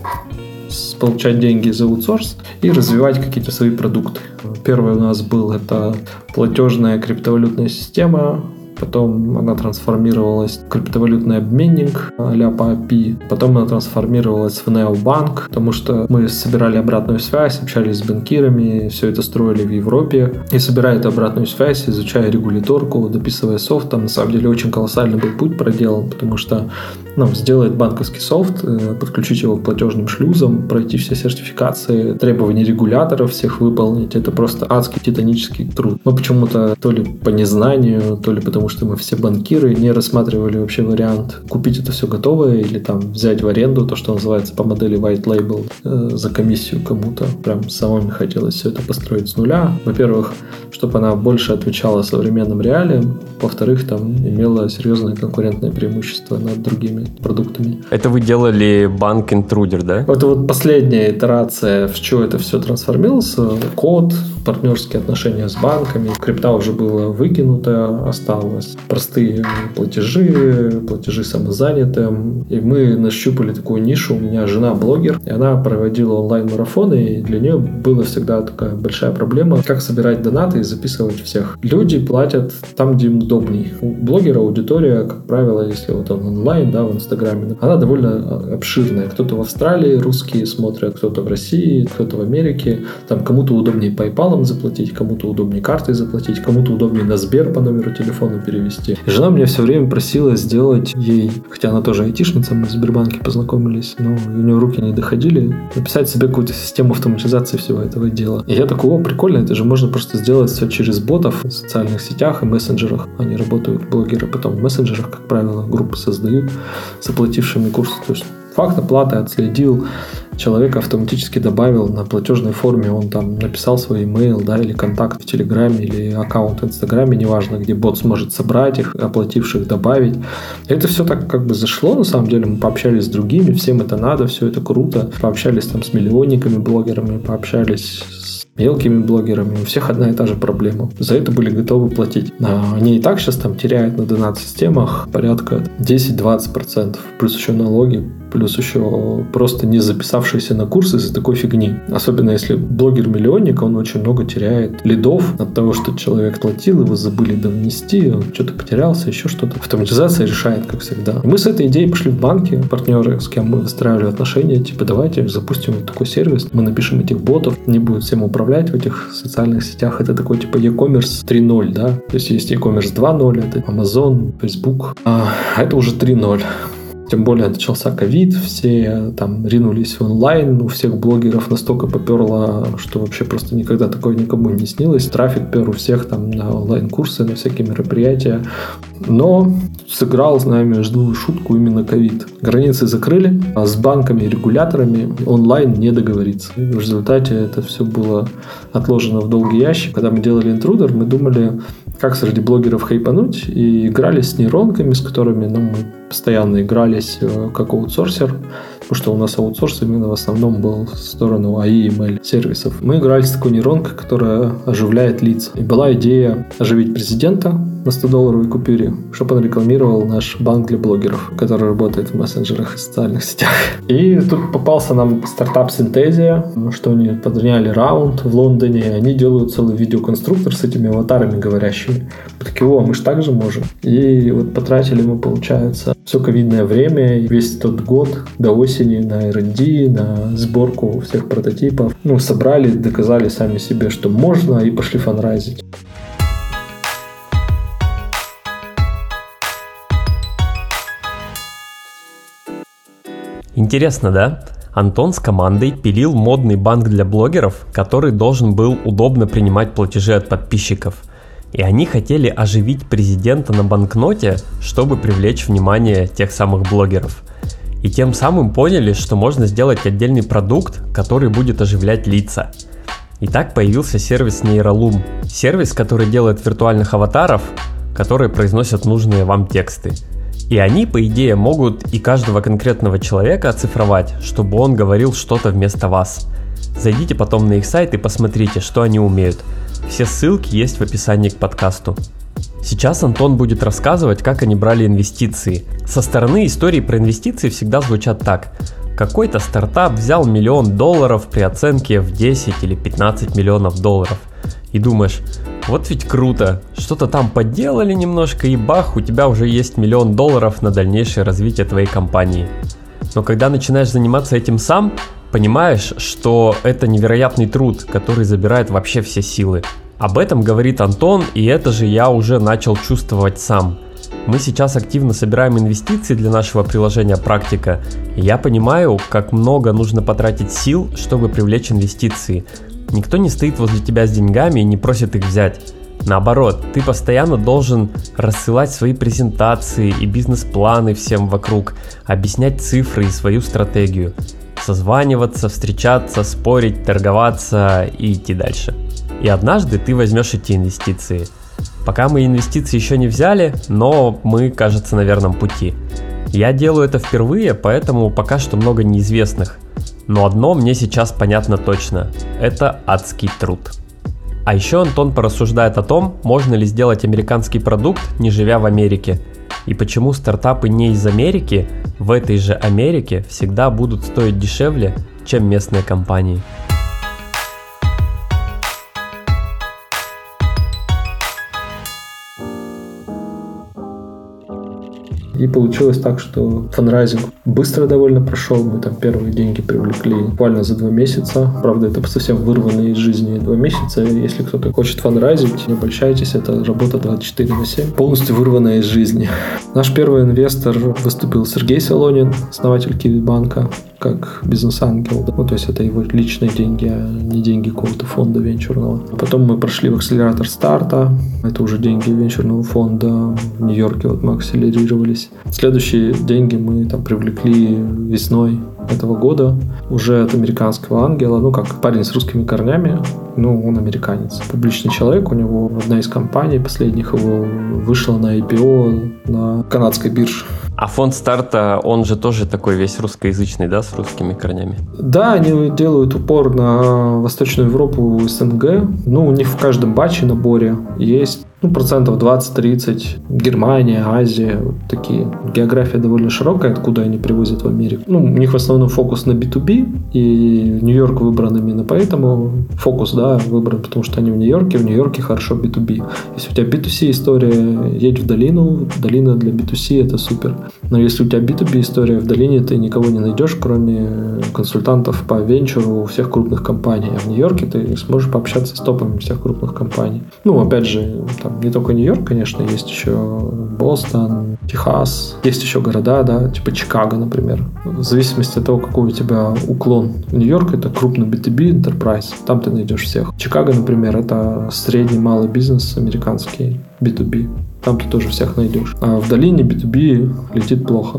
получать деньги за аутсорс и развивать какие-то свои продукты. Первый у нас был это платежная криптовалютная система, потом она трансформировалась в криптовалютный обменник а-ля по эй пи ай, потом она трансформировалась в необанк, потому что мы собирали обратную связь, общались с банкирами, все это строили в Европе, и собирая эту обратную связь, изучая регуляторку, дописывая софт, там на самом деле очень колоссальный был путь проделан, потому что ну, сделать банковский софт, подключить его к платежным шлюзам, пройти все сертификации, требования регуляторов всех выполнить, это просто адский титанический труд. Но почему-то то ли по незнанию, то ли потому что мы все банкиры не рассматривали вообще вариант купить это все готовое или там взять в аренду то, что называется по модели white label э, за комиссию кому-то. Прям самому хотелось все это построить с нуля. Во-первых, чтобы она больше отвечала современным реалиям, во-вторых, там имела серьезное конкурентное преимущество над другими продуктами. Это вы делали банк Intruder, да? Это вот последняя итерация, в что это все трансформировалось. Код, партнерские отношения с банками. Крипта уже была выкинута, осталось простые платежи, платежи самозанятым. И мы нащупали такую нишу. У меня жена блогер, и она проводила онлайн-марафоны, и для нее была всегда такая большая проблема, как собирать донаты и записывать всех. Люди платят там, где им удобней. У блогера аудитория, как правило, если вот он онлайн, да, в Инстаграме, она довольно обширная. Кто-то в Австралии русские смотрят, кто-то в России, кто-то в Америке. Там кому-то удобнее PayPal заплатить, кому-то удобнее картой заплатить, кому-то удобнее на Сбер по номеру телефона перевести. И жена меня все время просила сделать ей, хотя она тоже айтишница, мы в Сбербанке познакомились, но у нее руки не доходили, написать себе какую-то систему автоматизации всего этого дела. И я такой, о, прикольно, это же можно просто сделать все через ботов в социальных сетях и мессенджерах. Они работают, блогеры, потом в мессенджерах, как правило, группы создают с оплатившими курсы. То есть факт оплаты отследил, человека автоматически добавил на платежной форме, он там написал свой имейл, да, или контакт в Телеграме, или аккаунт в Инстаграме, неважно, где бот сможет собрать их, оплативших добавить. Это все так как бы зашло, на самом деле, мы пообщались с другими, всем это надо, все это круто, пообщались там с миллионниками, блогерами, пообщались с мелкими блогерами, у всех одна и та же проблема. За это были готовы платить. А они и так сейчас там теряют на донат-системах порядка десять-двадцать процентов, плюс еще налоги, плюс еще просто не записавшиеся на курсы из-за такой фигни. Особенно если блогер-миллионник, он очень много теряет лидов от того, что человек платил, его забыли довнести, он что-то потерялся, еще что-то. Автоматизация решает, как всегда. И мы с этой идеей пошли в банки, партнеры, с кем мы выстраивали отношения, типа давайте запустим вот такой сервис, мы напишем этих ботов, не будет всем управлять в этих социальных сетях. Это такой типа e-commerce три ноль, да? То есть есть e-commerce два ноль, это Amazon, Facebook, а это уже три ноль. Тем более начался ковид, все там ринулись в онлайн, у всех блогеров настолько поперло, что вообще просто никогда такое никому не снилось. Трафик пер у всех там на онлайн-курсы, на всякие мероприятия. Но сыграл с нами злую шутку именно ковид. Границы закрыли, а с банками и регуляторами онлайн не договориться. И в результате это все было отложено в долгий ящик. Когда мы делали интрудер, мы думали, как среди блогеров хайпануть, и играли с нейронками, с которыми ну, мы постоянно игрались как аутсорсер, потому что у нас аутсорс именно в основном был в сторону эй ай и эм эл сервисов. Мы играли с такой нейронкой, которая оживляет лица. И была идея оживить президента на сто-долларовой купюре, чтобы он рекламировал наш банк для блогеров, который работает в мессенджерах и социальных сетях. И тут попался нам стартап Synthesia, что они подняли раунд в Лондоне, и они делают целый видеоконструктор с этими аватарами говорящими. Мы такие, о, мы же так же можем. И вот потратили мы, получается, все ковидное время, весь тот год до осени на эр энд ди, на сборку всех прототипов. Ну, собрали, доказали сами себе, что можно, и пошли фанрайзить. Интересно, да? Антон с командой пилил модный банк для блогеров, который должен был удобно принимать платежи от подписчиков. И они хотели оживить президента на банкноте, чтобы привлечь внимание тех самых блогеров. И тем самым поняли, что можно сделать отдельный продукт, который будет оживлять лица. И так появился сервис Neuralum. Сервис, который делает виртуальных аватаров, которые произносят нужные вам тексты. И они, по идее, могут и каждого конкретного человека оцифровать, чтобы он говорил что-то вместо вас. Зайдите потом на их сайт и посмотрите, что они умеют. Все ссылки есть в описании к подкасту. Сейчас Антон будет рассказывать, как они брали инвестиции. Со стороны истории про инвестиции всегда звучат так. Какой-то стартап взял миллион долларов при оценке в десять или пятнадцать миллионов долларов. И думаешь, вот ведь круто, что-то там подделали немножко и бах, у тебя уже есть миллион долларов на дальнейшее развитие твоей компании. Но когда начинаешь заниматься этим сам, понимаешь, что это невероятный труд, который забирает вообще все силы. Об этом говорит Антон, и это же я уже начал чувствовать сам. Мы сейчас активно собираем инвестиции для нашего приложения «Практика», и я понимаю, как много нужно потратить сил, чтобы привлечь инвестиции. Никто не стоит возле тебя с деньгами и не просит их взять. Наоборот, ты постоянно должен рассылать свои презентации и бизнес-планы всем вокруг, объяснять цифры и свою стратегию, созваниваться, встречаться, спорить, торговаться и идти дальше. И однажды ты возьмешь эти инвестиции. Пока мы инвестиции еще не взяли, но мы, кажется, на верном пути. Я делаю это впервые, поэтому пока что много неизвестных. Но одно мне сейчас понятно точно – это адский труд. А еще Антон порассуждает о том, можно ли сделать американский продукт, не живя в Америке, и почему стартапы не из Америки в этой же Америке всегда будут стоить дешевле, чем местные компании. И получилось так, что фанрайзинг быстро довольно прошел. Мы там первые деньги привлекли буквально за два месяца. Правда, это совсем вырванные из жизни два месяца. Если кто-то хочет фанрайзить, не обольщайтесь, это работа двадцать четыре на семь. Полностью вырванная из жизни. Наш первый инвестор выступил Сергей Солонин, основатель Киви-банка, как бизнес-ангел. Ну, то есть это его личные деньги, а не деньги какого-то фонда венчурного. Потом мы прошли в акселератор старта. Это уже деньги венчурного фонда. В Нью-Йорке вот мы акселерировались. Следующие деньги мы там привлекли весной этого года уже от американского ангела, ну как парень с русскими корнями, ну он американец, публичный человек, у него одна из компаний последних его вышла на ай пи о на канадской бирже. А фонд старта, он же тоже такой весь русскоязычный, да, с русскими корнями? Да, они делают упор на Восточную Европу, эс эн гэ. Ну, у них в каждом батче наборе есть ну, процентов двадцать-тридцать. Германия, Азия, вот такие. География довольно широкая, откуда они привозят в Америку. Ну, у них в основном фокус на би ту би, и Нью-Йорк выбран именно поэтому. Фокус, да, выбран, потому что они в Нью-Йорке, в Нью-Йорке хорошо би ту би. Если у тебя би ту си история, едь в долину, долина для би ту си это супер. Но если у тебя би ту би история, в долине ты никого не найдешь, кроме консультантов по венчуру всех крупных компаний. А в Нью-Йорке ты сможешь пообщаться с топами всех крупных компаний. Ну, опять же, там там не только Нью-Йорк, конечно, есть еще Бостон, Техас, есть еще города, да, типа Чикаго, например. В зависимости от того, какой у тебя уклон. Нью-Йорк — это крупный би ту би enterprise, там ты найдешь всех. Чикаго, например, это средний малый бизнес американский, би ту би. Там ты тоже всех найдешь. А в долине би ту би летит плохо.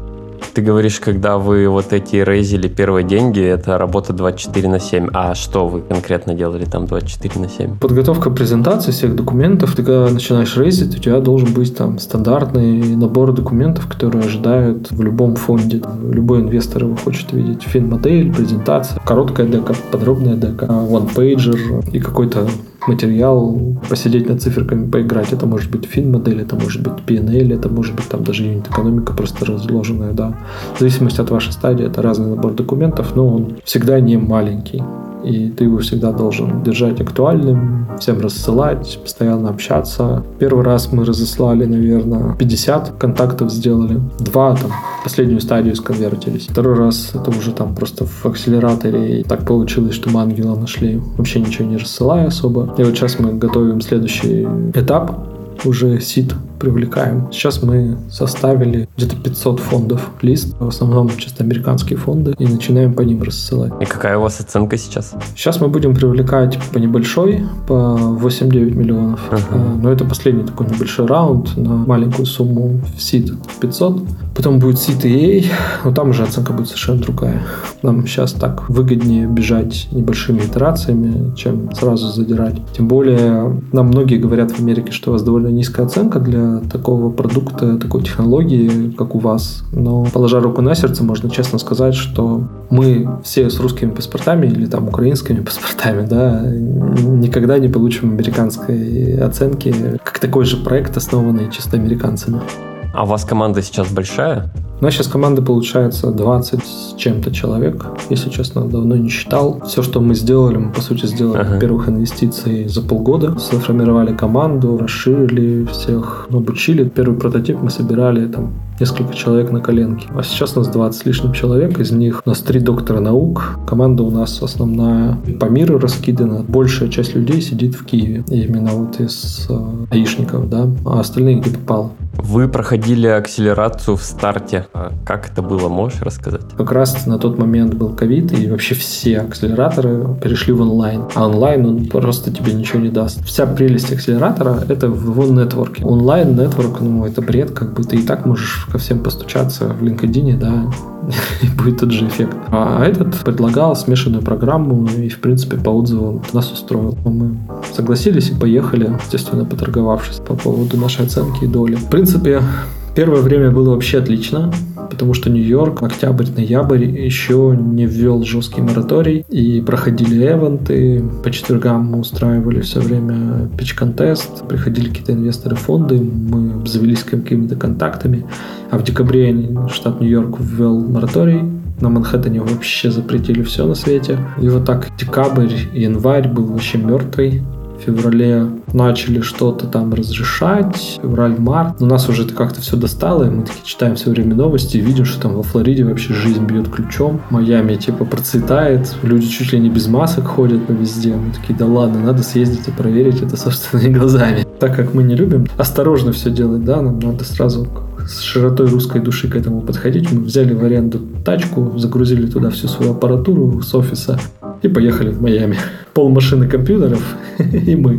Ты говоришь, когда вы вот эти рейзили первые деньги, это работа двадцать четыре на семь. А что вы конкретно делали там двадцать четыре на семь? Подготовка презентации всех документов. Ты когда начинаешь рейзить, у тебя должен быть там стандартный набор документов, которые ожидают в любом фонде. Любой инвестор его хочет видеть. Фин-модель, презентация, короткая дека, подробная дека, one-pager и какой-то материал, посидеть над циферками, поиграть. Это может быть фин-модель, это может быть пи эн эл, это может быть там даже юнит-экономика просто разложенная, да. В зависимости от вашей стадии, это разный набор документов, но он всегда не маленький. И ты его всегда должен держать актуальным, всем рассылать, постоянно общаться. Первый раз мы разослали, наверное, пятьдесят контактов сделали. Два там последнюю стадию сконвертились. Второй раз это уже там просто в акселераторе. И так получилось, что мы ангела нашли, вообще ничего не рассылая особо. И вот сейчас мы готовим следующий этап. Уже сид привлекаем. Сейчас мы составили где-то пятьсот фондов лист, в основном чисто американские фонды, и начинаем по ним рассылать. И какая у вас оценка сейчас? Сейчас мы будем привлекать по небольшой, по восемь-девять миллионов. Uh-huh. Но это последний такой небольшой раунд на маленькую сумму в сид в пятьсот. Потом будет сид и эй, но там уже оценка будет совершенно другая. Нам сейчас так выгоднее бежать небольшими итерациями, чем сразу задирать. Тем более, нам многие говорят в Америке, что у вас довольно низкая оценка для такого продукта, такой технологии, как у вас. Но, положа руку на сердце, можно честно сказать, что мы все с русскими паспортами или там украинскими паспортами, да, никогда не получим американской оценки, как такой же проект, основанный чисто американцами. А у вас команда сейчас большая? У нас сейчас команда получается двадцать с чем-то человек. Если честно, давно не считал. Все, что мы сделали, мы, по сути, сделали ага. первых инвестиций за полгода. Сформировали команду, расширили всех, обучили. Первый прототип мы собирали там несколько человек на коленке. А сейчас у нас двадцать с лишним человек. Из них у нас три доктора наук. Команда у нас основная по миру раскидана. Большая часть людей сидит в Киеве. И именно вот из э, аишников, да. А остальные где попало. Вы проходили акселерацию в старте. Как это было, можешь рассказать? Как раз на тот момент был ковид, и вообще все акселераторы перешли в онлайн. А онлайн он просто тебе ничего не даст. Вся прелесть акселератора — это в его нетворке. Онлайн-нетворк, ну, это бред, как бы ты и так можешь ко всем постучаться в LinkedIn, да, и будет тот же эффект. А этот предлагал смешанную программу, и, в принципе, по отзывам нас устроил. Мы согласились и поехали, естественно, поторговавшись по поводу нашей оценки и доли. В принципе, первое время было вообще отлично, потому что Нью-Йорк, октябрь-ноябрь еще не ввел жесткий мораторий, и проходили эвенты, по четвергам мы устраивали все время питч-контест, приходили какие-то инвесторы, фонды, мы обзавелись какими-то контактами, а в декабре штат Нью-Йорк ввел мораторий, на Манхэттене вообще запретили все на свете, и вот так декабрь, январь был вообще мертвый. В феврале начали что-то там разрешать, февраль-март. Но нас уже это как-то все достало, и мы таки читаем все время новости и видим, что там во Флориде вообще жизнь бьет ключом. Майами типа процветает, люди чуть ли не без масок ходят по везде. Мы такие, да ладно, надо съездить и проверить это собственными глазами. Так как мы не любим осторожно все делать, да, нам надо сразу с широтой русской души к этому подходить. Мы взяли в аренду тачку, загрузили туда всю свою аппаратуру с офиса и поехали в Майами. Пол машины компьютеров и мы.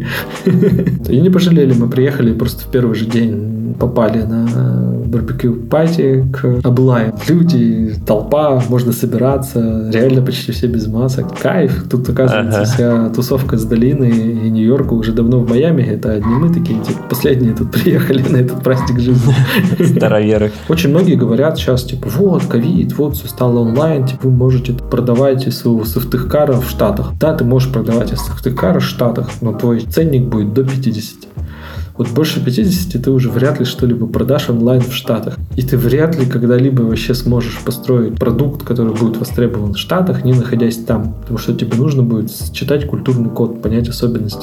И не пожалели, мы приехали просто в первый же день попали на барбекю-пати к Аблаю. Люди, толпа, можно собираться, реально почти все без масок. Кайф. Тут, оказывается, ага. вся тусовка с долины и Нью-Йорка уже давно в Майами. Это одни мы такие, типа, последние тут приехали на этот праздник жизни. Староверы. Очень многие говорят сейчас, типа, вот, ковид, вот, все стало онлайн, типа, вы можете продавать из своего софтыкара в Штатах. Да, ты можешь продавать из софтыкара в Штатах, но твой ценник будет до пятидесяти. Вот больше пятидесяти ты уже вряд ли что-либо продашь онлайн в Штатах. И ты вряд ли когда-либо вообще сможешь построить продукт, который будет востребован в Штатах, не находясь там. Потому что тебе нужно будет читать культурный код, понять особенности.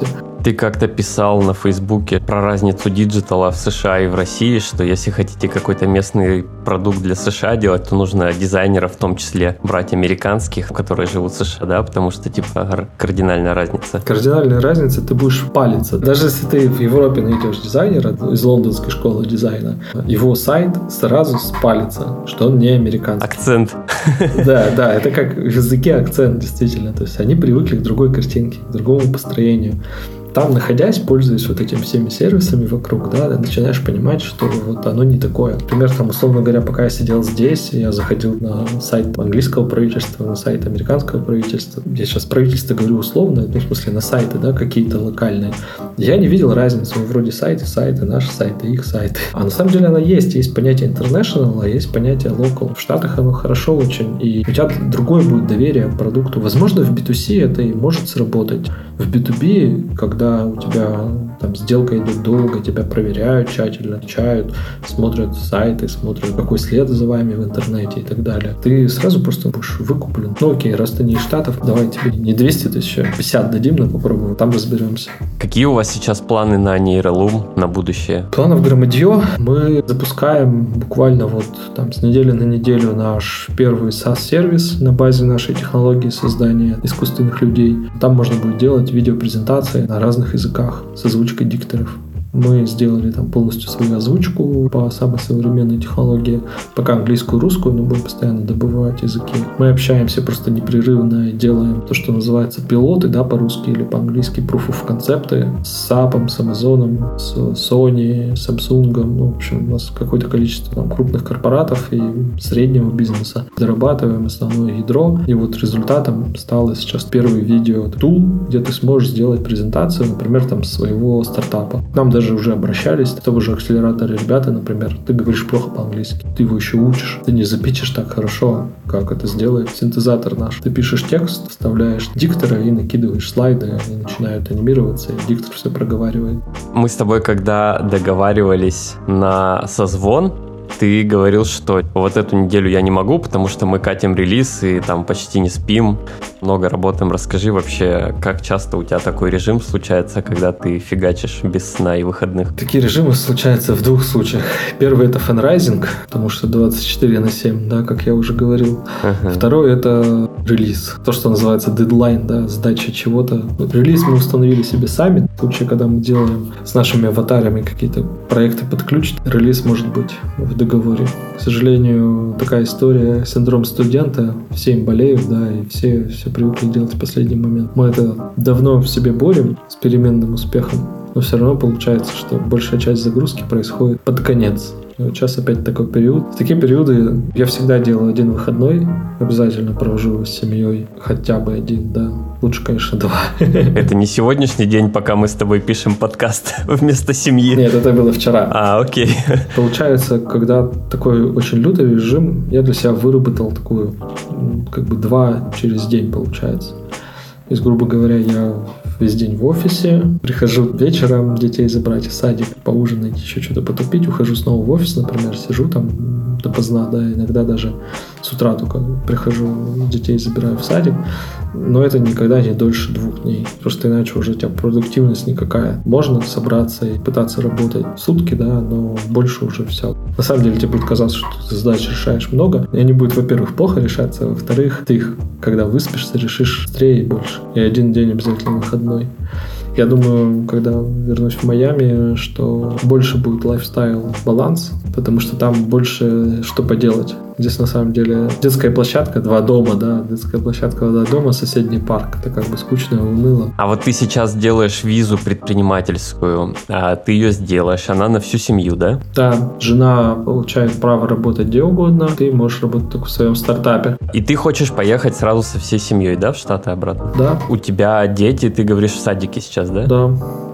Ты как-то писал на Фейсбуке про разницу диджитала в США и в России, что если хотите какой-то местный продукт для США делать, то нужно дизайнеров в том числе брать американских, которые живут в США, да, потому что типа кардинальная разница. Кардинальная разница, ты будешь палиться. Даже если ты в Европе найдешь дизайнера из лондонской школы дизайна, его сайт сразу спалится, что он не американский. Акцент. Да, да, это как в языке акцент, действительно. То есть они привыкли к другой картинке, к другому построению. Там, находясь, пользуясь вот этими всеми сервисами вокруг, да, ты начинаешь понимать, что вот оно не такое. Например, там, условно говоря, пока я сидел здесь, я заходил на сайт английского правительства, на сайт американского правительства. Я сейчас правительство говорю условно, ну, в смысле, на сайты, да, какие-то локальные. Я не видел разницы. Ну, вроде сайты, сайты, наши сайты, их сайты. А на самом деле она есть. Есть понятие international, а есть понятие local. В Штатах оно хорошо очень, и у тебя другое будет доверие к продукту. Возможно, в би ту си это и может сработать. В би ту би, когда у тебя там сделка идет долго, тебя проверяют тщательно, отвечают, смотрят сайты, смотрят, какой след за вами в интернете и так далее. Ты сразу просто будешь выкуплен. Ну окей, раз ты не из Штатов, давай тебе не двести тысяч, а пятьдесят дадим на попробовать, там разберемся. Какие у вас сейчас планы на нейролум на будущее? Планов громадье. Мы запускаем буквально вот там с недели на неделю наш первый SaaS-сервис на базе нашей технологии создания искусственных людей. Там можно будет делать видеопрезентации на разных языках с озвучкой дикторов. Мы сделали там полностью свою озвучку по самой современной технологии. Пока английскую, русскую, но будем постоянно добывать языки. Мы общаемся просто непрерывно и делаем то, что называется пилоты, да, по-русски или по-английски, proof of концепты с сапом, с Amazon, с Sony, Samsung. Ну, в общем, у нас какое-то количество там крупных корпоратов и среднего бизнеса. Дорабатываем основное ядро. И вот результатом стало сейчас первый видео-тул, где ты сможешь сделать презентацию, например, там своего стартапа. Нам даже уже обращались, в том же акселераторе ребята, например, ты говоришь плохо по-английски, ты его еще учишь, ты не запичешь так хорошо, как это сделает синтезатор наш. Ты пишешь текст, вставляешь диктора и накидываешь слайды, они начинают анимироваться, и диктор все проговаривает. Мы с тобой, когда договаривались на созвон, ты говорил, что вот эту неделю я не могу, потому что мы катим релиз и там почти не спим, много работаем. Расскажи вообще, как часто у тебя такой режим случается, когда ты фигачишь без сна и выходных? Такие режимы случаются в двух случаях. Первый — это фанрайзинг, потому что двадцать четыре на семь, да, как я уже говорил. Uh-huh. Второй — это релиз, то, что называется дедлайн, да, сдача чего-то. Вот релиз мы установили себе сами. В случае, когда мы делаем с нашими аватарами какие-то проекты под ключ, релиз может быть в договоре. К сожалению, такая история, синдром студента, все им болеют, да, и все все привыкли делать в последний момент. Мы это давно в себе борем с переменным успехом, но все равно получается, что большая часть загрузки происходит под конец. Сейчас опять такой период. В такие периоды я всегда делаю один выходной, обязательно провожу с семьей хотя бы один, да. Лучше, конечно, два. Это не сегодняшний день, пока мы с тобой пишем подкаст вместо семьи? Нет, это было вчера. А, окей. Получается, когда такой очень лютый режим, я для себя выработал такую, как бы два через день получается. То есть, грубо говоря, я весь день в офисе, прихожу вечером детей забрать из садика, поужинать, еще что-то потупить, ухожу снова в офис, например, сижу там допоздна, да, иногда даже с утра только прихожу, детей забираю в садик, но это никогда не дольше двух дней, просто иначе уже у тебя продуктивность никакая. Можно собраться и пытаться работать сутки, да, но больше уже все. На самом деле тебе будет казаться, что ты задач решаешь много, и они будут, во-первых, плохо решаться, а во-вторых, ты их, когда выспишься, решишь быстрее и больше. И один день обязательно выходной. Я думаю, когда вернусь в Майами, что больше будет лайфстайл-баланс, потому что там больше что поделать. Здесь на самом деле детская площадка, два дома, да, детская площадка, два дома, соседний парк. Это как бы скучно и уныло. А вот ты сейчас делаешь визу предпринимательскую, а ты ее сделаешь, она на всю семью, да? Да, жена получает право работать где угодно, ты можешь работать только в своем стартапе. И ты хочешь поехать сразу со всей семьей, да, в Штаты обратно? Да. У тебя дети, ты говоришь, в садике сейчас, да? Да.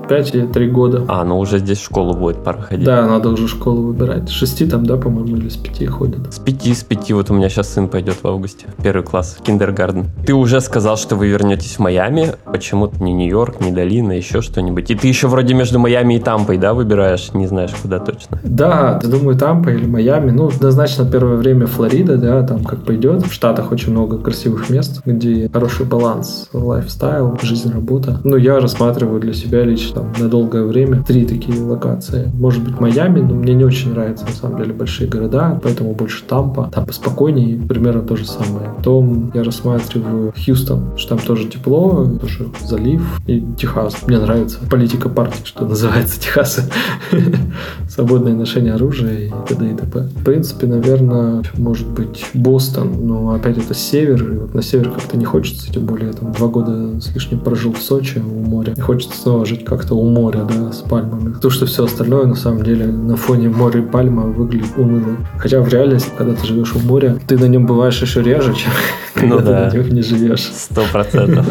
пять или три года. А, ну уже здесь в школу будет пора ходить. Да, надо уже школу выбирать. С шести там, да, по-моему, или с пяти ходят. С пяти, с пяти. Вот у меня сейчас сын пойдет в августе. Первый класс, киндергарден. Ты уже сказал, что вы вернетесь в Майами. Почему-то не Нью-Йорк, не Долина, еще что-нибудь. И ты еще вроде между Майами и Тампой, да, выбираешь? Не знаешь, куда точно. Да, я думаю, Тампа или Майами. Ну, однозначно первое время Флорида, да, там как пойдет. В Штатах очень много красивых мест, где хороший баланс, лайфстайл, жизнь, работа. Ну, я рассматриваю для себя лично там, на долгое время три такие локации. Может быть, Майами, но мне не очень нравятся, на самом деле, большие города, поэтому больше Тампа. Там поспокойнее, примерно то же самое. Потом я рассматриваю Хьюстон, что там тоже тепло, тоже залив, и Техас. Мне нравится политика партии, что называется, Техаса. Свободное ношение оружия и т.д. и т.п. В принципе, наверное, может быть Бостон, но опять это север, и вот на север как-то не хочется, тем более я там два года с лишним прожил в Сочи у моря. И хочется снова жить как-то у моря, да, с пальмами. То, что все остальное, на самом деле, на фоне моря и пальма выглядит уныло. Хотя в реальности, когда ты живешь у моря, ты на нем бываешь еще реже, чем когда ну, да. ты на нем не живешь. Сто процентов.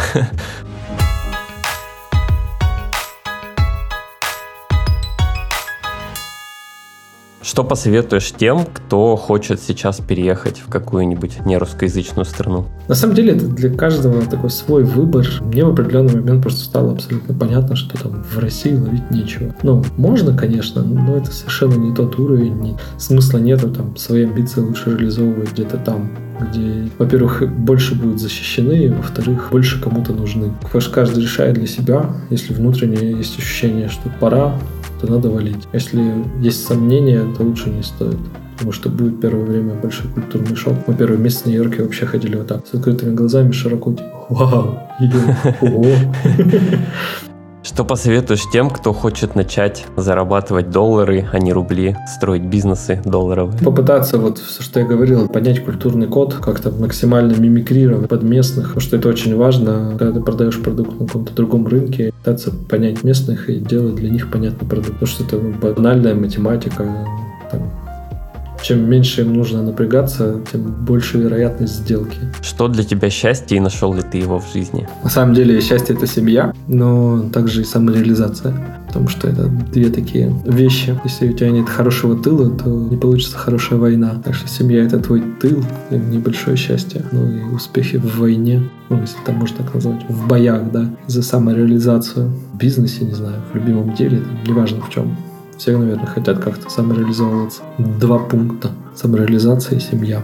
Что посоветуешь тем, кто хочет сейчас переехать в какую-нибудь нерусскоязычную страну? На самом деле, это для каждого такой свой выбор. Мне в определенный момент просто стало абсолютно понятно, что там в России ловить нечего. Ну, можно, конечно, но это совершенно не тот уровень, не, смысла нету, там, свои амбиции лучше реализовывать где-то там, где, во-первых, больше будут защищены, во-вторых, больше кому-то нужны. Потому что каждый решает для себя, если внутренне есть ощущение, что пора, то надо валить. Если есть сомнения, то лучше не стоит. Потому что будет первое время большой культурный шок. Мы первый месяц в Нью-Йорке вообще ходили вот так, с открытыми глазами, широко, типа, вау, ого. Что посоветуешь тем, кто хочет начать зарабатывать доллары, а не рубли, строить бизнесы долларовые? Попытаться, вот все, что я говорил, понять культурный код, как-то максимально мимикрировать под местных, потому что это очень важно, когда ты продаешь продукт на каком-то другом рынке, пытаться понять местных и делать для них понятный продукт, потому что это ну, банальная математика, там, чем меньше им нужно напрягаться, тем больше вероятность сделки. Что для тебя счастье и нашел ли ты его в жизни? На самом деле счастье — это семья, но также и самореализация, потому что это две такие вещи. Если у тебя нет хорошего тыла, то не получится хорошая война. Так что семья — это твой тыл и небольшое счастье. Ну и успехи в войне, ну если это можно так назвать, в боях, да, за самореализацию. В бизнесе, не знаю, в любимом деле, там, неважно в чем. Все, наверное, хотят как-то самореализовываться. Два пункта. Самореализация и семья.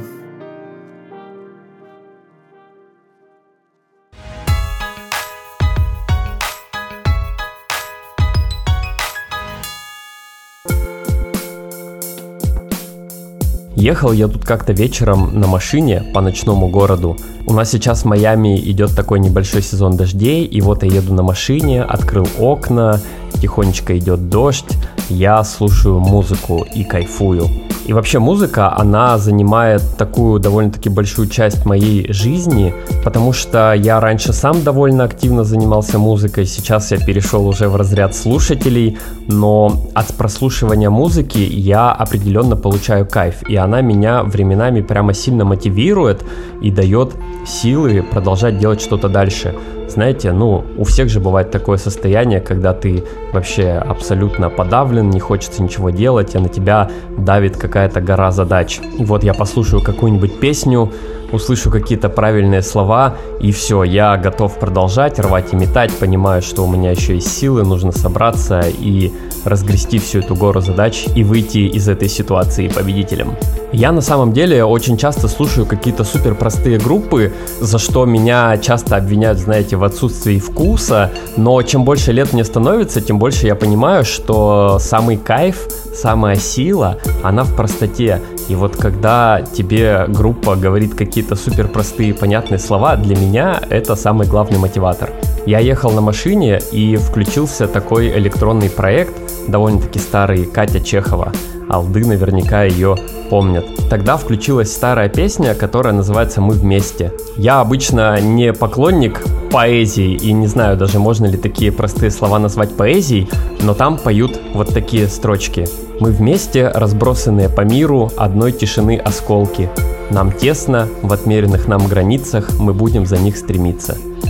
Ехал я тут как-то вечером на машине по ночному городу. У нас сейчас в Майами идет такой небольшой сезон дождей, и вот я еду на машине, открыл окна, тихонечко идет дождь, я слушаю музыку и кайфую. И вообще музыка, она занимает такую довольно-таки большую часть моей жизни, потому что я раньше сам довольно активно занимался музыкой, сейчас я перешел уже в разряд слушателей, но от прослушивания музыки я определенно получаю кайф, и она меня временами прямо сильно мотивирует и дает силы продолжать делать что-то дальше. Знаете, ну, у всех же бывает такое состояние, когда ты вообще абсолютно подавлен, не хочется ничего делать, а на тебя давит какая-то гора задач. И вот я послушаю какую-нибудь песню, услышу какие-то правильные слова, и все, я готов продолжать рвать и метать, понимаю, что у меня еще есть силы, нужно собраться и разгрести всю эту гору задач и выйти из этой ситуации победителем. Я на самом деле очень часто слушаю какие-то супер простые группы, за что меня часто обвиняют, знаете, в отсутствии вкуса, но чем больше лет мне становится, тем больше я понимаю, что самый кайф, самая сила, она в простоте. И вот когда тебе группа говорит какие-то супер простые понятные слова, для меня это самый главный мотиватор. Я ехал на машине и включился такой электронный проект, довольно-таки старый, Катя Чехова. Алды наверняка ее помнят. Тогда включилась старая песня, которая называется «Мы вместе». Я обычно не поклонник поэзии и не знаю даже, можно ли такие простые слова назвать поэзией, но там поют вот такие строчки. «Мы вместе, разбросанные по миру, одной тишины осколки. Нам тесно, в отмеренных нам границах, мы будем за них стремиться».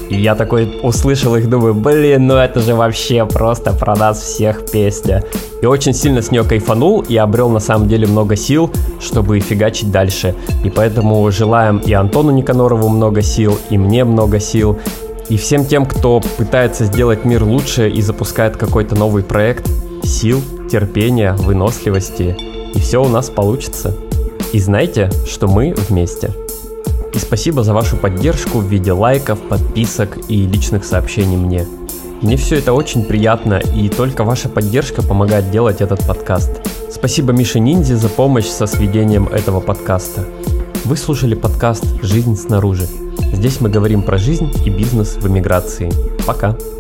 И я такой услышал их, думаю, блин, ну это же вообще просто про нас всех песня. И очень сильно с нее кайфанул и обрел на самом деле много сил, чтобы фигачить дальше. И поэтому желаем и Антону Никанорову много сил, и мне много сил, и всем тем, кто пытается сделать мир лучше и запускает какой-то новый проект, сил, терпения, выносливости, и все у нас получится. И знайте, что мы вместе. И спасибо за вашу поддержку в виде лайков, подписок и личных сообщений мне. Мне все это очень приятно, и только ваша поддержка помогает делать этот подкаст. Спасибо Мише Ниндзе за помощь со сведением этого подкаста. Вы слушали подкаст «Жизнь снаружи». Здесь мы говорим про жизнь и бизнес в эмиграции. Пока!